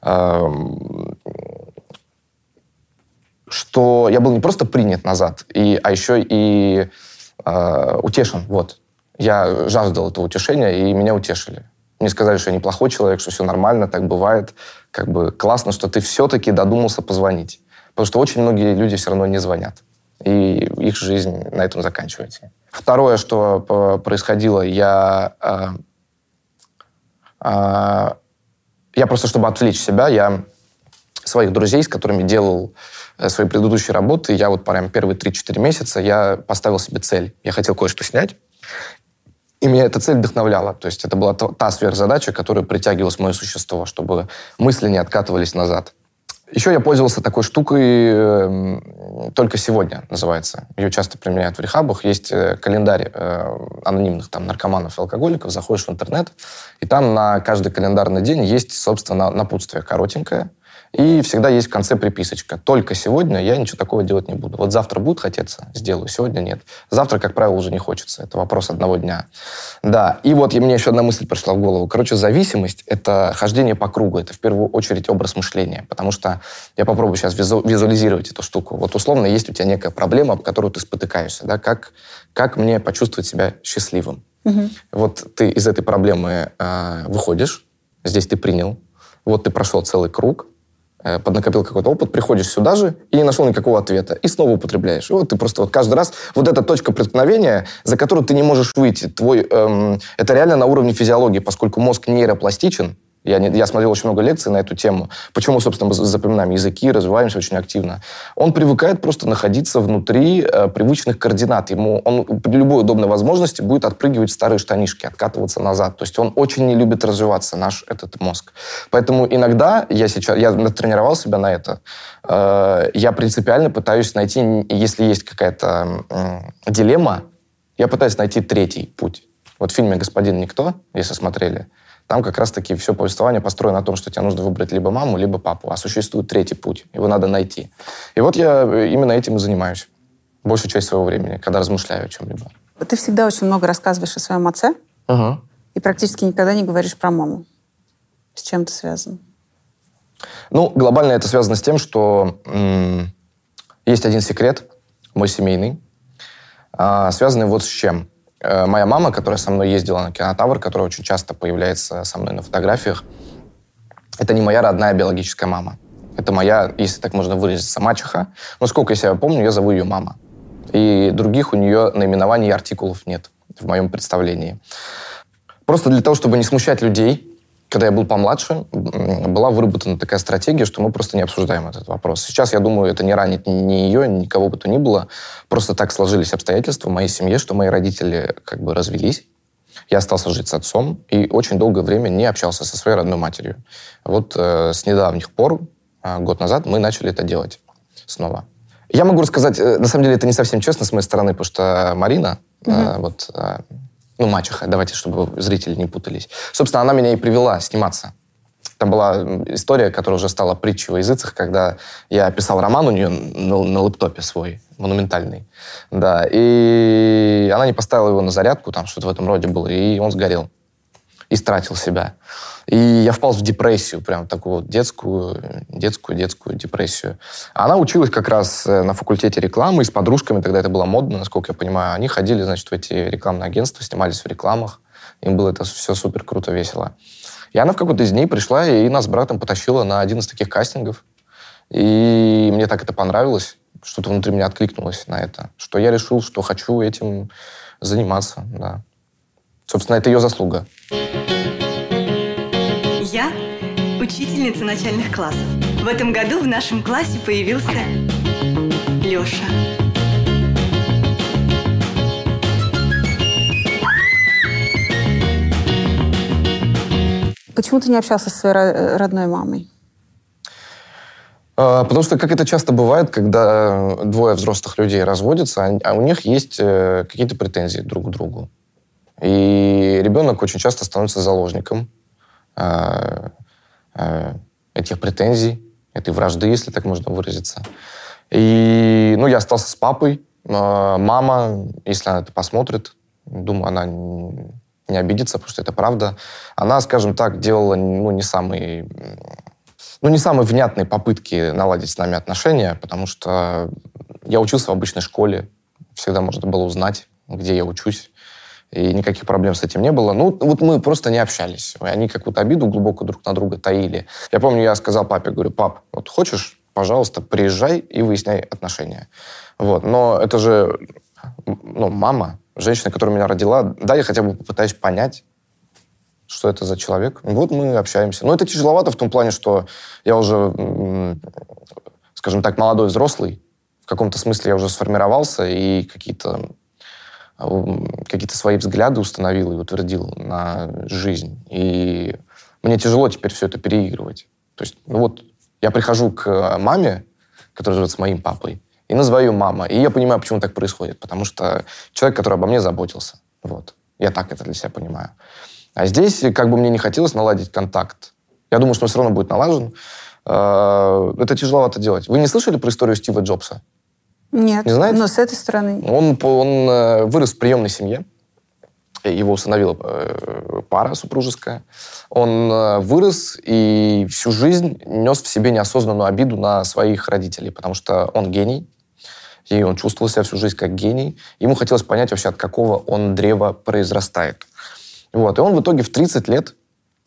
Что я был не просто принят назад, а еще и утешен. Вот. Я жаждал этого утешения, и меня утешили. Мне сказали, что я неплохой человек, что все нормально, так бывает. Как бы классно, что ты все-таки додумался позвонить. Потому что очень многие люди все равно не звонят. И их жизнь на этом заканчивается. Второе, что происходило, я просто, чтобы отвлечь себя, я своих друзей, с которыми делал свои предыдущие работы, я вот прям первые 3-4 месяца я поставил себе цель. Я хотел кое-что снять. И меня эта цель вдохновляла. То есть это была та сверхзадача, которая притягивалась в мое существо, чтобы мысли не откатывались назад. Еще я пользовался такой штукой «Только сегодня» называется. Ее часто применяют в рехабах. Есть календарь анонимных наркоманов и алкоголиков. Заходишь в интернет, и там на каждый календарный день есть, собственно, напутствие коротенькое. И всегда есть в конце приписочка. Только сегодня я ничего такого делать не буду. Вот завтра будет хотеться, сделаю, сегодня нет. Завтра, как правило, уже не хочется. Это вопрос одного дня. Да, и вот мне еще одна мысль пришла в голову. Короче, зависимость — это хождение по кругу. Это в первую очередь образ мышления. Потому что я попробую сейчас визуализировать эту штуку. Вот условно есть у тебя некая проблема, об которой ты спотыкаешься. Да? Как мне почувствовать себя счастливым? Вот ты из этой проблемы выходишь. Здесь ты принял. Вот ты прошел целый круг. Поднакопил какой-то опыт, приходишь сюда же и не нашел никакого ответа. И снова употребляешь. И вот ты просто каждый раз... Вот эта точка преткновения, за которую ты не можешь выйти. Это реально на уровне физиологии, поскольку мозг нейропластичен. Я смотрел очень много лекций на эту тему. Почему, собственно, мы запоминаем языки, развиваемся очень активно. Он привыкает просто находиться внутри привычных координат. Он при любой удобной возможности будет отпрыгивать в старые штанишки, откатываться назад. То есть он очень не любит развиваться, этот мозг. Поэтому иногда я натренировал себя на это. Я принципиально пытаюсь найти, если есть какая-то дилемма, я пытаюсь найти третий путь. Вот в фильме «Господин Никто», если смотрели, там как раз-таки все повествование построено на том, что тебе нужно выбрать либо маму, либо папу. А существует третий путь. Его надо найти. И вот я именно этим и занимаюсь. Большую часть своего времени, когда размышляю о чем-либо. Ты всегда очень много рассказываешь о своем отце. И практически никогда не говоришь про маму. С чем это связано? Глобально это связано с тем, что есть один секрет, мой семейный, связанный вот с чем. Моя мама, которая со мной ездила на Кинотавр, которая очень часто появляется со мной на фотографиях, это не моя родная биологическая мама. Это моя, если так можно выразиться, мачеха. Но сколько я себя помню, я зову ее мама. И других у нее наименований и артикулов нет в моем представлении. Просто для того, чтобы не смущать людей, когда я был помладше, была выработана такая стратегия, что мы просто не обсуждаем этот вопрос. Сейчас, я думаю, это не ранит ни ее, ни кого бы то ни было. Просто так сложились обстоятельства в моей семье, что мои родители как бы развелись. Я остался жить с отцом и очень долгое время не общался со своей родной матерью. Вот с недавних пор, год назад, мы начали это делать снова. Я могу рассказать, на самом деле это не совсем честно с моей стороны, потому что Марина, мачеха, давайте, чтобы зрители не путались. Собственно, она меня и привела сниматься. Там была история, которая уже стала притчей во языцах, когда я писал роман у нее на лэптопе свой, монументальный. Да, и она не поставила его на зарядку, там что-то в этом роде было, и он сгорел. Истратил себя. И я впал в депрессию, прям такую вот детскую депрессию. Она училась как раз на факультете рекламы, и с подружками, тогда это было модно, насколько я понимаю. Они ходили, значит, в эти рекламные агентства, снимались в рекламах. Им было это все супер круто, весело. И она в какой-то из дней пришла и нас с братом потащила на один из таких кастингов. И мне так это понравилось, что-то внутри меня откликнулось на это, что я решил, что хочу этим заниматься, да. Собственно, это ее заслуга. Я учительница начальных классов. В этом году в нашем классе появился Леша. Почему ты не общался со своей родной мамой? Потому что, как это часто бывает, когда двое взрослых людей разводятся, а у них есть какие-то претензии друг к другу. И ребенок очень часто становится заложником этих претензий, этой вражды, если так можно выразиться. И, я остался с папой. Мама, если она это посмотрит, думаю, она не обидится, потому что это правда. Она, скажем так, делала не самые внятные попытки наладить с нами отношения, потому что я учился в обычной школе, всегда можно было узнать, где я учусь. И никаких проблем с этим не было. Мы просто не общались. Они какую-то обиду глубоко друг на друга таили. Я помню, я сказал папе, говорю, пап, вот хочешь, пожалуйста, приезжай и выясняй отношения. Вот. Но это же, мама, женщина, которая меня родила, да, я хотя бы попытаюсь понять, что это за человек. Вот мы общаемся. Но это тяжеловато в том плане, что я уже, скажем так, молодой взрослый. В каком-то смысле я уже сформировался и какие-то свои взгляды установил и утвердил на жизнь. И мне тяжело теперь все это переигрывать. То есть, я прихожу к маме, которая живет с моим папой, и называю ее мама. И я понимаю, почему так происходит. Потому что человек, который обо мне заботился. Вот. Я так это для себя понимаю. А здесь, как бы мне не хотелось наладить контакт, я думаю, что он все равно будет налажен. Это тяжеловато делать. Вы не слышали про историю Стива Джобса? Нет, не знаете? Но с этой стороны. Он вырос в приемной семье. Его усыновила пара супружеская. Он вырос и всю жизнь нес в себе неосознанную обиду на своих родителей, потому что он гений, и он чувствовал себя всю жизнь как гений. Ему хотелось понять вообще, от какого он древа произрастает. Вот. И он в итоге в 30 лет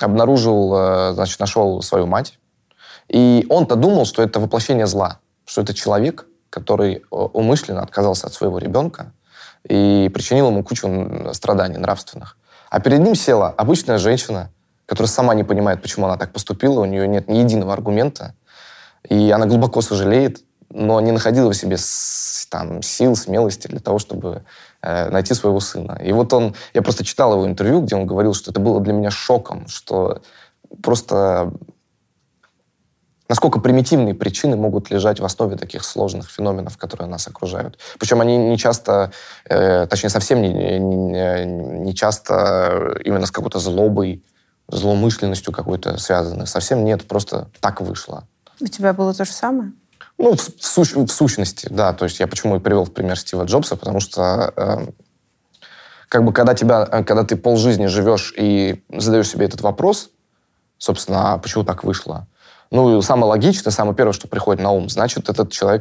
нашел свою мать. И он-то думал, что это воплощение зла, что это человек, который умышленно отказался от своего ребенка и причинил ему кучу страданий нравственных. А перед ним села обычная женщина, которая сама не понимает, почему она так поступила, у нее нет ни единого аргумента, и она глубоко сожалеет, но не находила в себе сил, смелости для того, чтобы найти своего сына. И вот я просто читал его интервью, где он говорил, что это было для меня шоком, что просто насколько примитивные причины могут лежать в основе таких сложных феноменов, которые нас окружают. Причем они не часто, точнее, совсем не часто именно с какой-то злобой, злоумышленностью какой-то связаны. Совсем нет, просто так вышло. У тебя было то же самое? В сущности, да. То есть я почему и привел в пример Стива Джобса, потому что когда ты полжизни живешь и задаешь себе этот вопрос, собственно, а почему так вышло? Самое логичное, самое первое, что приходит на ум, значит, этот человек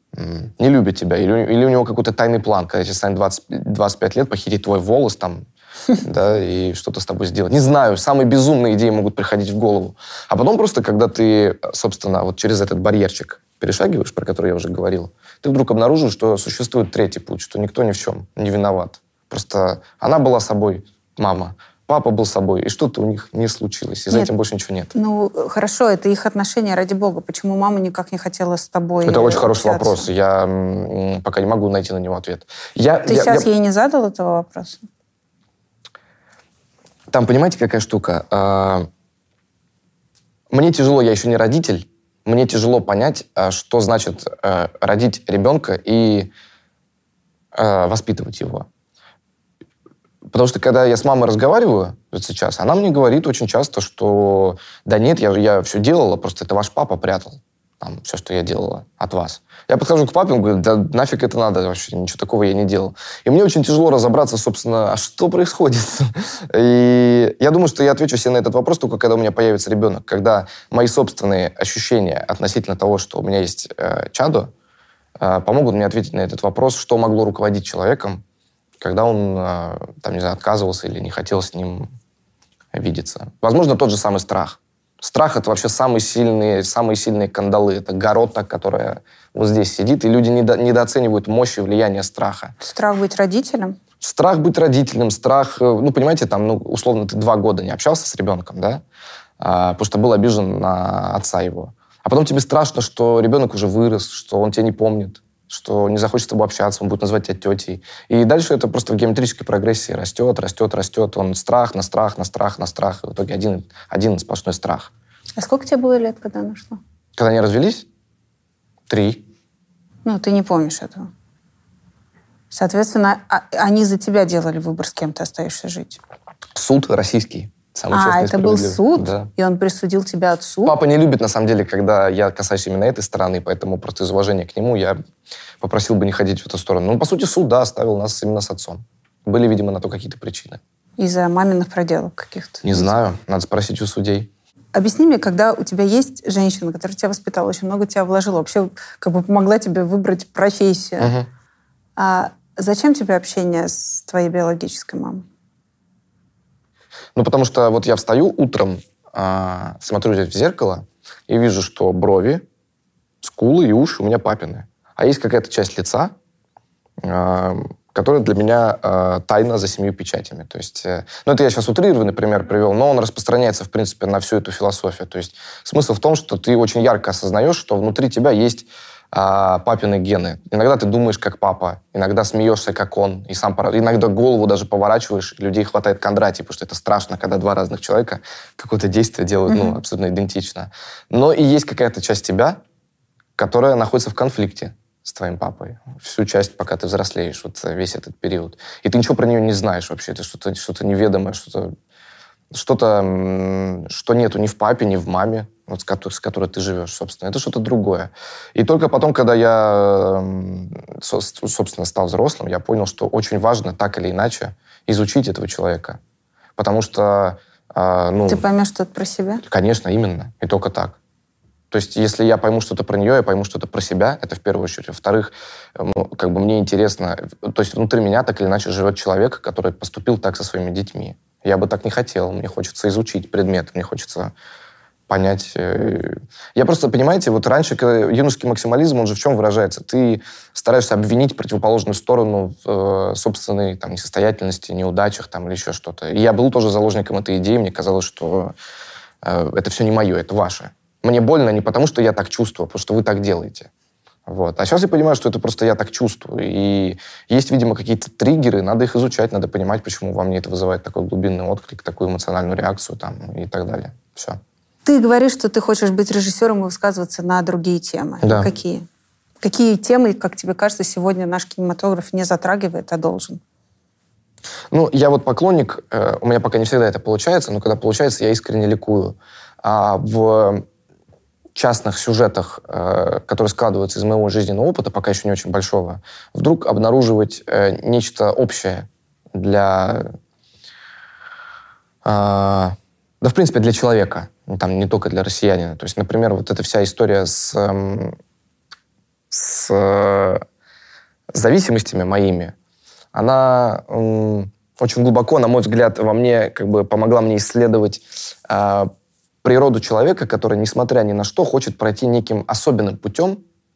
не любит тебя, или у него какой-то тайный план, когда тебе станет 25 лет, похитить твой волос, да, и что-то с тобой сделать. Не знаю, самые безумные идеи могут приходить в голову. А потом просто, когда ты, собственно, вот через этот барьерчик перешагиваешь, про который я уже говорил, ты вдруг обнаружишь, что существует третий путь, что никто ни в чем не виноват. Просто она была собой, мама, папа был собой, и что-то у них не случилось, и за этим больше ничего нет. Ну, хорошо, это их отношения, ради бога. Почему мама никак не хотела с тобой Это очень хороший общаться? вопрос. Я пока не могу найти на него ответ. Ты сейчас ей не задал этого вопроса? Там, понимаете, какая штука? Мне тяжело, я еще не родитель, мне тяжело понять, что значит родить ребенка и воспитывать его. Потому что, когда я с мамой разговариваю вот сейчас, она мне говорит очень часто, что да нет, я все делала, просто это ваш папа прятал. Там, все, что я делала от вас. Я подхожу к папе, он говорит, да нафиг это надо вообще, ничего такого я не делал. И мне очень тяжело разобраться, собственно, а что происходит? И я думаю, что я отвечу себе на этот вопрос только когда у меня появится ребенок. Когда мои собственные ощущения относительно того, что у меня есть чадо, помогут мне ответить на этот вопрос, что могло руководить человеком, когда он, там, не знаю, отказывался или не хотел с ним видеться. Возможно, тот же самый страх. Страх — это вообще самые сильные кандалы. Это гарота, которая вот здесь сидит, и люди недооценивают мощь и влияние страха. Страх быть родителем? Страх быть родителем, страх... Ну, понимаете, там, условно, ты 2 года не общался с ребенком, да? Потому что был обижен на отца его. А потом тебе страшно, что ребенок уже вырос, что он тебя не помнит, что не захочет с тобой общаться, он будет называть тебя тетей. И дальше это просто в геометрической прогрессии растет. Он страх на страх, на страх, на страх. И в итоге один сплошной страх. А сколько тебе было лет, когда она ушла? Когда они развелись? 3. Ну, ты не помнишь этого. Соответственно, они за тебя делали выбор, с кем ты остаешься жить. Суд российский. Самый честный и это был справедливый. суд? Да. И он присудил тебя отцу? Папа не любит, на самом деле, когда я касаюсь именно этой стороны, поэтому просто из уважения к нему я попросил бы не ходить в эту сторону. Ну, по сути, суд, да, оставил нас именно с отцом. Были, видимо, на то какие-то причины. Из-за маминых проделок каких-то? Не знаю, надо спросить у судей. Объясни мне, когда у тебя есть женщина, которая тебя воспитала, очень много тебя вложила, вообще как бы помогла тебе выбрать профессию. Угу. А зачем тебе общение с твоей биологической мамой? Ну, потому что вот я встаю утром, смотрю в зеркало и вижу, что брови, скулы и уши у меня папины. А есть какая-то часть лица, которая для меня тайна за 7 печатями. То есть, ну, это я сейчас утрированный пример привел, но он распространяется, в принципе, на всю эту философию. То есть смысл в том, что ты очень ярко осознаешь, что внутри тебя есть папины гены. Иногда ты думаешь, как папа, иногда смеешься, как он, и сам иногда голову даже поворачиваешь, и людей хватает Кондратий, потому что это страшно, когда 2 разных человека какое-то действие делают абсолютно идентично. Но и есть какая-то часть тебя, которая находится в конфликте с твоим папой. Всю часть, пока ты взрослеешь, вот весь этот период. И ты ничего про нее не знаешь вообще. Это что-то неведомое, что нету ни в папе, ни в маме, вот с которой ты живешь, собственно. Это что-то другое. И только потом, когда я, собственно, стал взрослым, я понял, что очень важно так или иначе изучить этого человека. Потому что... Ты поймешь что-то про себя? Конечно, именно. И только так. То есть, если я пойму что-то про нее, я пойму что-то про себя, это в первую очередь. Во-вторых, как бы мне интересно... То есть, внутри меня так или иначе живет человек, который поступил так со своими детьми. Я бы так не хотел. Мне хочется изучить предмет, мне хочется понять. Я просто, понимаете, вот раньше, когда юношеский максимализм, он же в чем выражается? Ты стараешься обвинить противоположную сторону в собственной там, несостоятельности, неудачах там, или еще что-то. И я был тоже заложником этой идеи. Мне казалось, что это все не мое, это ваше. Мне больно не потому, что я так чувствую, а потому что вы так делаете. Вот. А сейчас я понимаю, что это просто я так чувствую. И есть, видимо, какие-то триггеры, надо их изучать, надо понимать, почему во мне это вызывает такой глубинный отклик, такую эмоциональную реакцию там, и так далее. Все. Ты говоришь, что ты хочешь быть режиссером и высказываться на другие темы. Да. Какие? Какие темы, как тебе кажется, сегодня наш кинематограф не затрагивает, а должен? Ну, я вот поклонник, у меня пока не всегда это получается, но когда получается, я искренне ликую. А в частных сюжетах, которые складываются из моего жизненного опыта, пока еще не очень большого, вдруг обнаруживать нечто общее для... да, в принципе, для человека, там, не только для россиянина. То есть, например, вот эта вся история с зависимостями моими, она очень глубоко, на мой взгляд, во мне как бы помогла мне исследовать природу человека, который, несмотря ни на что, хочет пройти неким особенным путем,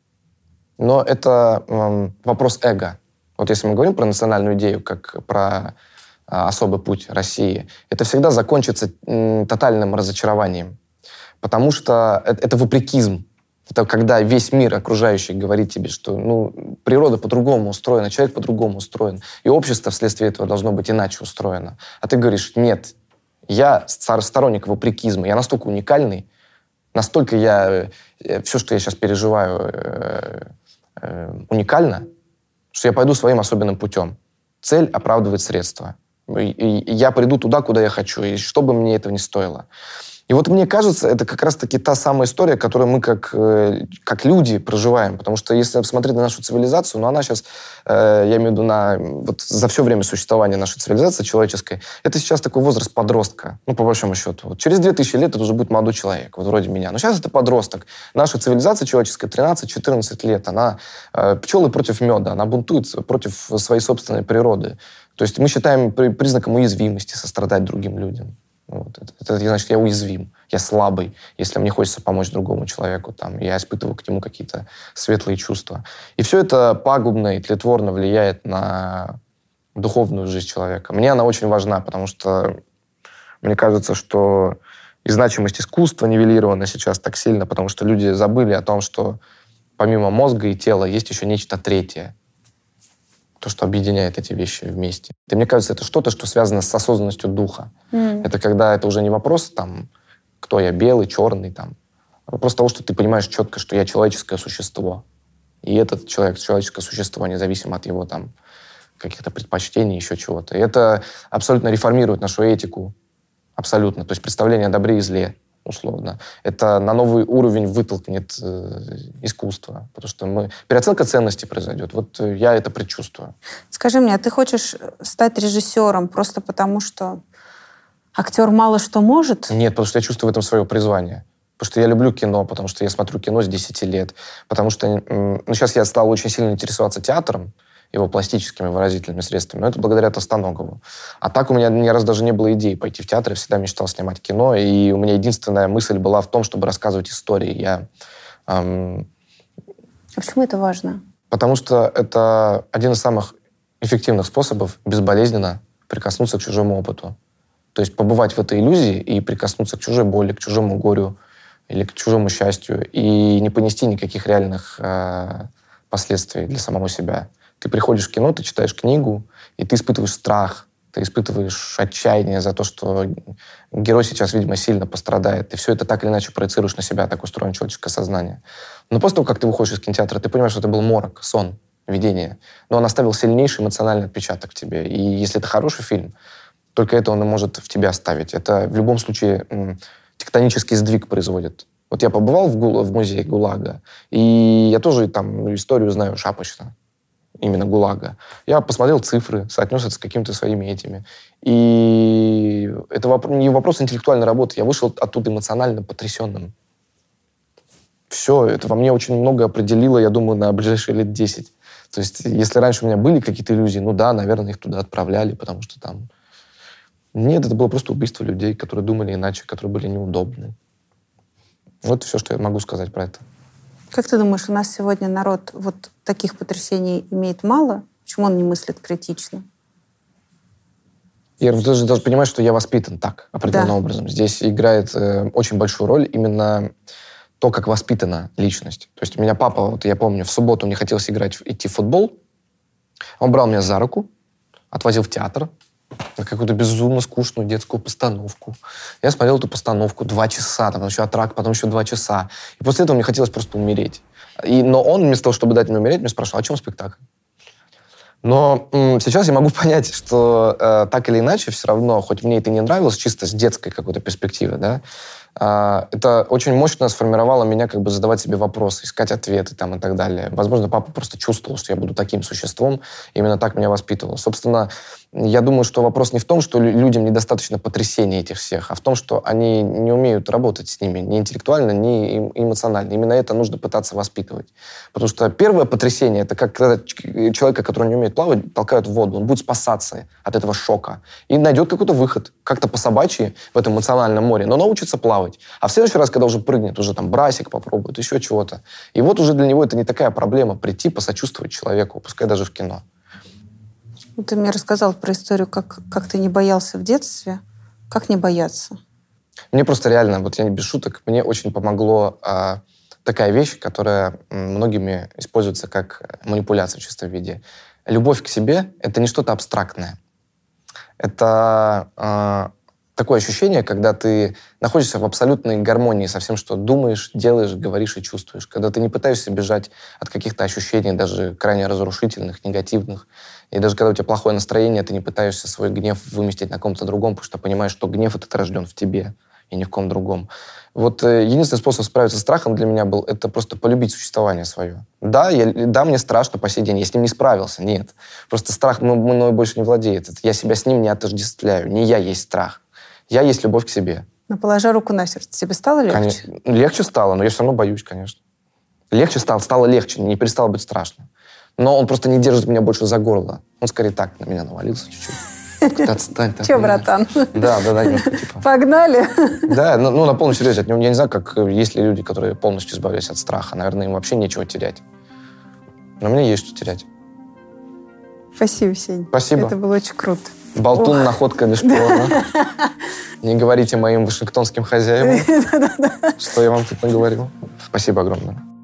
но это вопрос эго. Вот если мы говорим про национальную идею, как про особый путь России, это всегда закончится тотальным разочарованием. Потому что это вопрекизм. Это когда весь мир окружающий говорит тебе, что природа по-другому устроена, человек по-другому устроен, и общество вследствие этого должно быть иначе устроено. А ты говоришь, нет, я сторонник вопрекизма, я настолько уникальный, настолько все, что я сейчас переживаю, уникально, что я пойду своим особенным путем. Цель оправдывает средства. И я приду туда, куда я хочу, и что бы мне этого не стоило. И вот мне кажется, это как раз-таки та самая история, которую мы как люди проживаем. Потому что если смотреть на нашу цивилизацию, она сейчас, я имею в виду, за все время существования нашей цивилизации человеческой, это сейчас такой возраст подростка, по большому счету. Вот через 2000 лет это уже будет молодой человек, вот вроде меня. Но сейчас это подросток. Наша цивилизация человеческая 13-14 лет. Она пчелы против меда, она бунтует против своей собственной природы. То есть мы считаем признаком уязвимости сострадать другим людям. Вот. Это значит, я уязвим, я слабый. Если мне хочется помочь другому человеку, я испытываю к нему какие-то светлые чувства. И все это пагубно и тлетворно влияет на духовную жизнь человека. Мне она очень важна, потому что мне кажется, что и значимость искусства нивелирована сейчас так сильно, потому что люди забыли о том, что помимо мозга и тела есть еще нечто третье. То, что объединяет эти вещи вместе. И мне кажется, это что-то, что связано с осознанностью духа. Это когда это уже не вопрос, кто я, белый, черный, а вопрос того, что ты понимаешь четко, что я человеческое существо. И этот человек, человеческое существо, независимо от его каких-то предпочтений, еще чего-то. И это абсолютно реформирует нашу этику. Абсолютно. То есть представление о добре и зле, условно. Это на новый уровень вытолкнет искусство. Потому что переоценка ценностей произойдет. Вот я это предчувствую. Скажи мне, а ты хочешь стать режиссером просто потому, что актер мало что может? Нет, потому что я чувствую в этом свое призвание. Потому что я люблю кино, потому что я смотрю кино с 10 лет. Потому что сейчас я стал очень сильно интересоваться театром, его пластическими выразительными средствами. Но это благодаря Толстоногову. А так у меня ни разу даже не было идеи пойти в театр. Я всегда мечтал снимать кино. И у меня единственная мысль была в том, чтобы рассказывать истории. А почему это важно? Потому что это один из самых эффективных способов безболезненно прикоснуться к чужому опыту. То есть побывать в этой иллюзии и прикоснуться к чужой боли, к чужому горю или к чужому счастью и не понести никаких реальных последствий для самого себя. Ты приходишь в кино, ты читаешь книгу, и ты испытываешь страх, ты испытываешь отчаяние за то, что герой сейчас, видимо, сильно пострадает. Ты все это так или иначе проецируешь на себя, так устроено человеческое сознание. Но после того, как ты выходишь из кинотеатра, ты понимаешь, что это был морок, сон, видение. Но он оставил сильнейший эмоциональный отпечаток в тебе. И если это хороший фильм, только это он и может в тебе оставить. Это в любом случае тектонический сдвиг производит. Вот я побывал в музее ГУЛАГа, и я тоже историю знаю шапочно. Именно ГУЛАГа. Я посмотрел цифры, соотнес это с какими-то своими этими. И это не вопрос интеллектуальной работы. Я вышел оттуда эмоционально потрясенным. Все, это во мне очень много определило, я думаю, на ближайшие лет 10. То есть, если раньше у меня были какие-то иллюзии, наверное, их туда отправляли, потому что там... Нет, это было просто убийство людей, которые думали иначе, которые были неудобны. Вот все, что я могу сказать про это. Как ты думаешь, у нас сегодня народ вот таких потрясений имеет мало? Почему он не мыслит критично? Ира, ты же должен понимать, что я воспитан так, определенным образом. Здесь играет очень большую роль именно то, как воспитана личность. То есть у меня папа, я помню, в субботу мне хотелось идти в футбол. Он брал меня за руку, отвозил в театр на какую-то безумно скучную детскую постановку. Я смотрел эту постановку 2 часа, потом еще аттракт, потом еще 2 часа. И после этого мне хотелось просто умереть. Но он, вместо того, чтобы дать мне умереть, меня спрашивал, о чем спектакль? Но сейчас я могу понять, что так или иначе все равно, хоть мне это не нравилось, чисто с детской какой-то перспективы, да, это очень мощно сформировало меня задавать себе вопросы, искать ответы и так далее. Возможно, папа просто чувствовал, что я буду таким существом, именно так меня воспитывал. Собственно, Я думаю, что вопрос не в том, что людям недостаточно потрясений этих всех, а в том, что они не умеют работать с ними ни интеллектуально, ни эмоционально. Именно это нужно пытаться воспитывать. Потому что первое потрясение — это как когда человека, который не умеет плавать, толкают в воду. Он будет спасаться от этого шока и найдет какой-то выход, как-то по-собачьи в этом эмоциональном море, но научится плавать. А в следующий раз, когда уже прыгнет, уже там брасик попробует, еще чего-то. И вот уже для него это не такая проблема — прийти, посочувствовать человеку, пускай даже в кино. Ты мне рассказал про историю, как ты не боялся в детстве. Как не бояться? Мне просто реально, вот я без шуток, мне очень помогло такая вещь, которая многими используется как манипуляция в чистом виде. Любовь к себе — это не что-то абстрактное. Это такое ощущение, когда ты находишься в абсолютной гармонии со всем, что думаешь, делаешь, говоришь и чувствуешь. Когда ты не пытаешься бежать от каких-то ощущений, даже крайне разрушительных, негативных. И даже когда у тебя плохое настроение, ты не пытаешься свой гнев выместить на ком-то другом, потому что понимаешь, что гнев этот рожден в тебе и ни в ком другом. Вот единственный способ справиться с страхом для меня был — это просто полюбить существование свое. Да, мне страшно по сей день, я с ним не справился, нет. Просто страх мной больше не владеет. Я себя с ним не отождествляю. Не я есть страх. Я есть любовь к себе. Но положа руку на сердце, тебе стало легче? Конечно. Легче стало, но я все равно боюсь, конечно. Легче стало легче, не перестало быть страшно. Но он просто не держит меня больше за горло. Он скорее так на меня навалился чуть-чуть. Отстань. Че, братан? Да. Погнали? Да, на полном серьезе. Я не знаю, как есть ли люди, которые полностью избавились от страха. Наверное, им вообще нечего терять. Но мне есть что терять. Спасибо, Сень. Спасибо. Это было очень круто. Болтун, находка бесспорно. Не говорите моим вашингтонским хозяевам, что я вам тут наговорил. Спасибо огромное.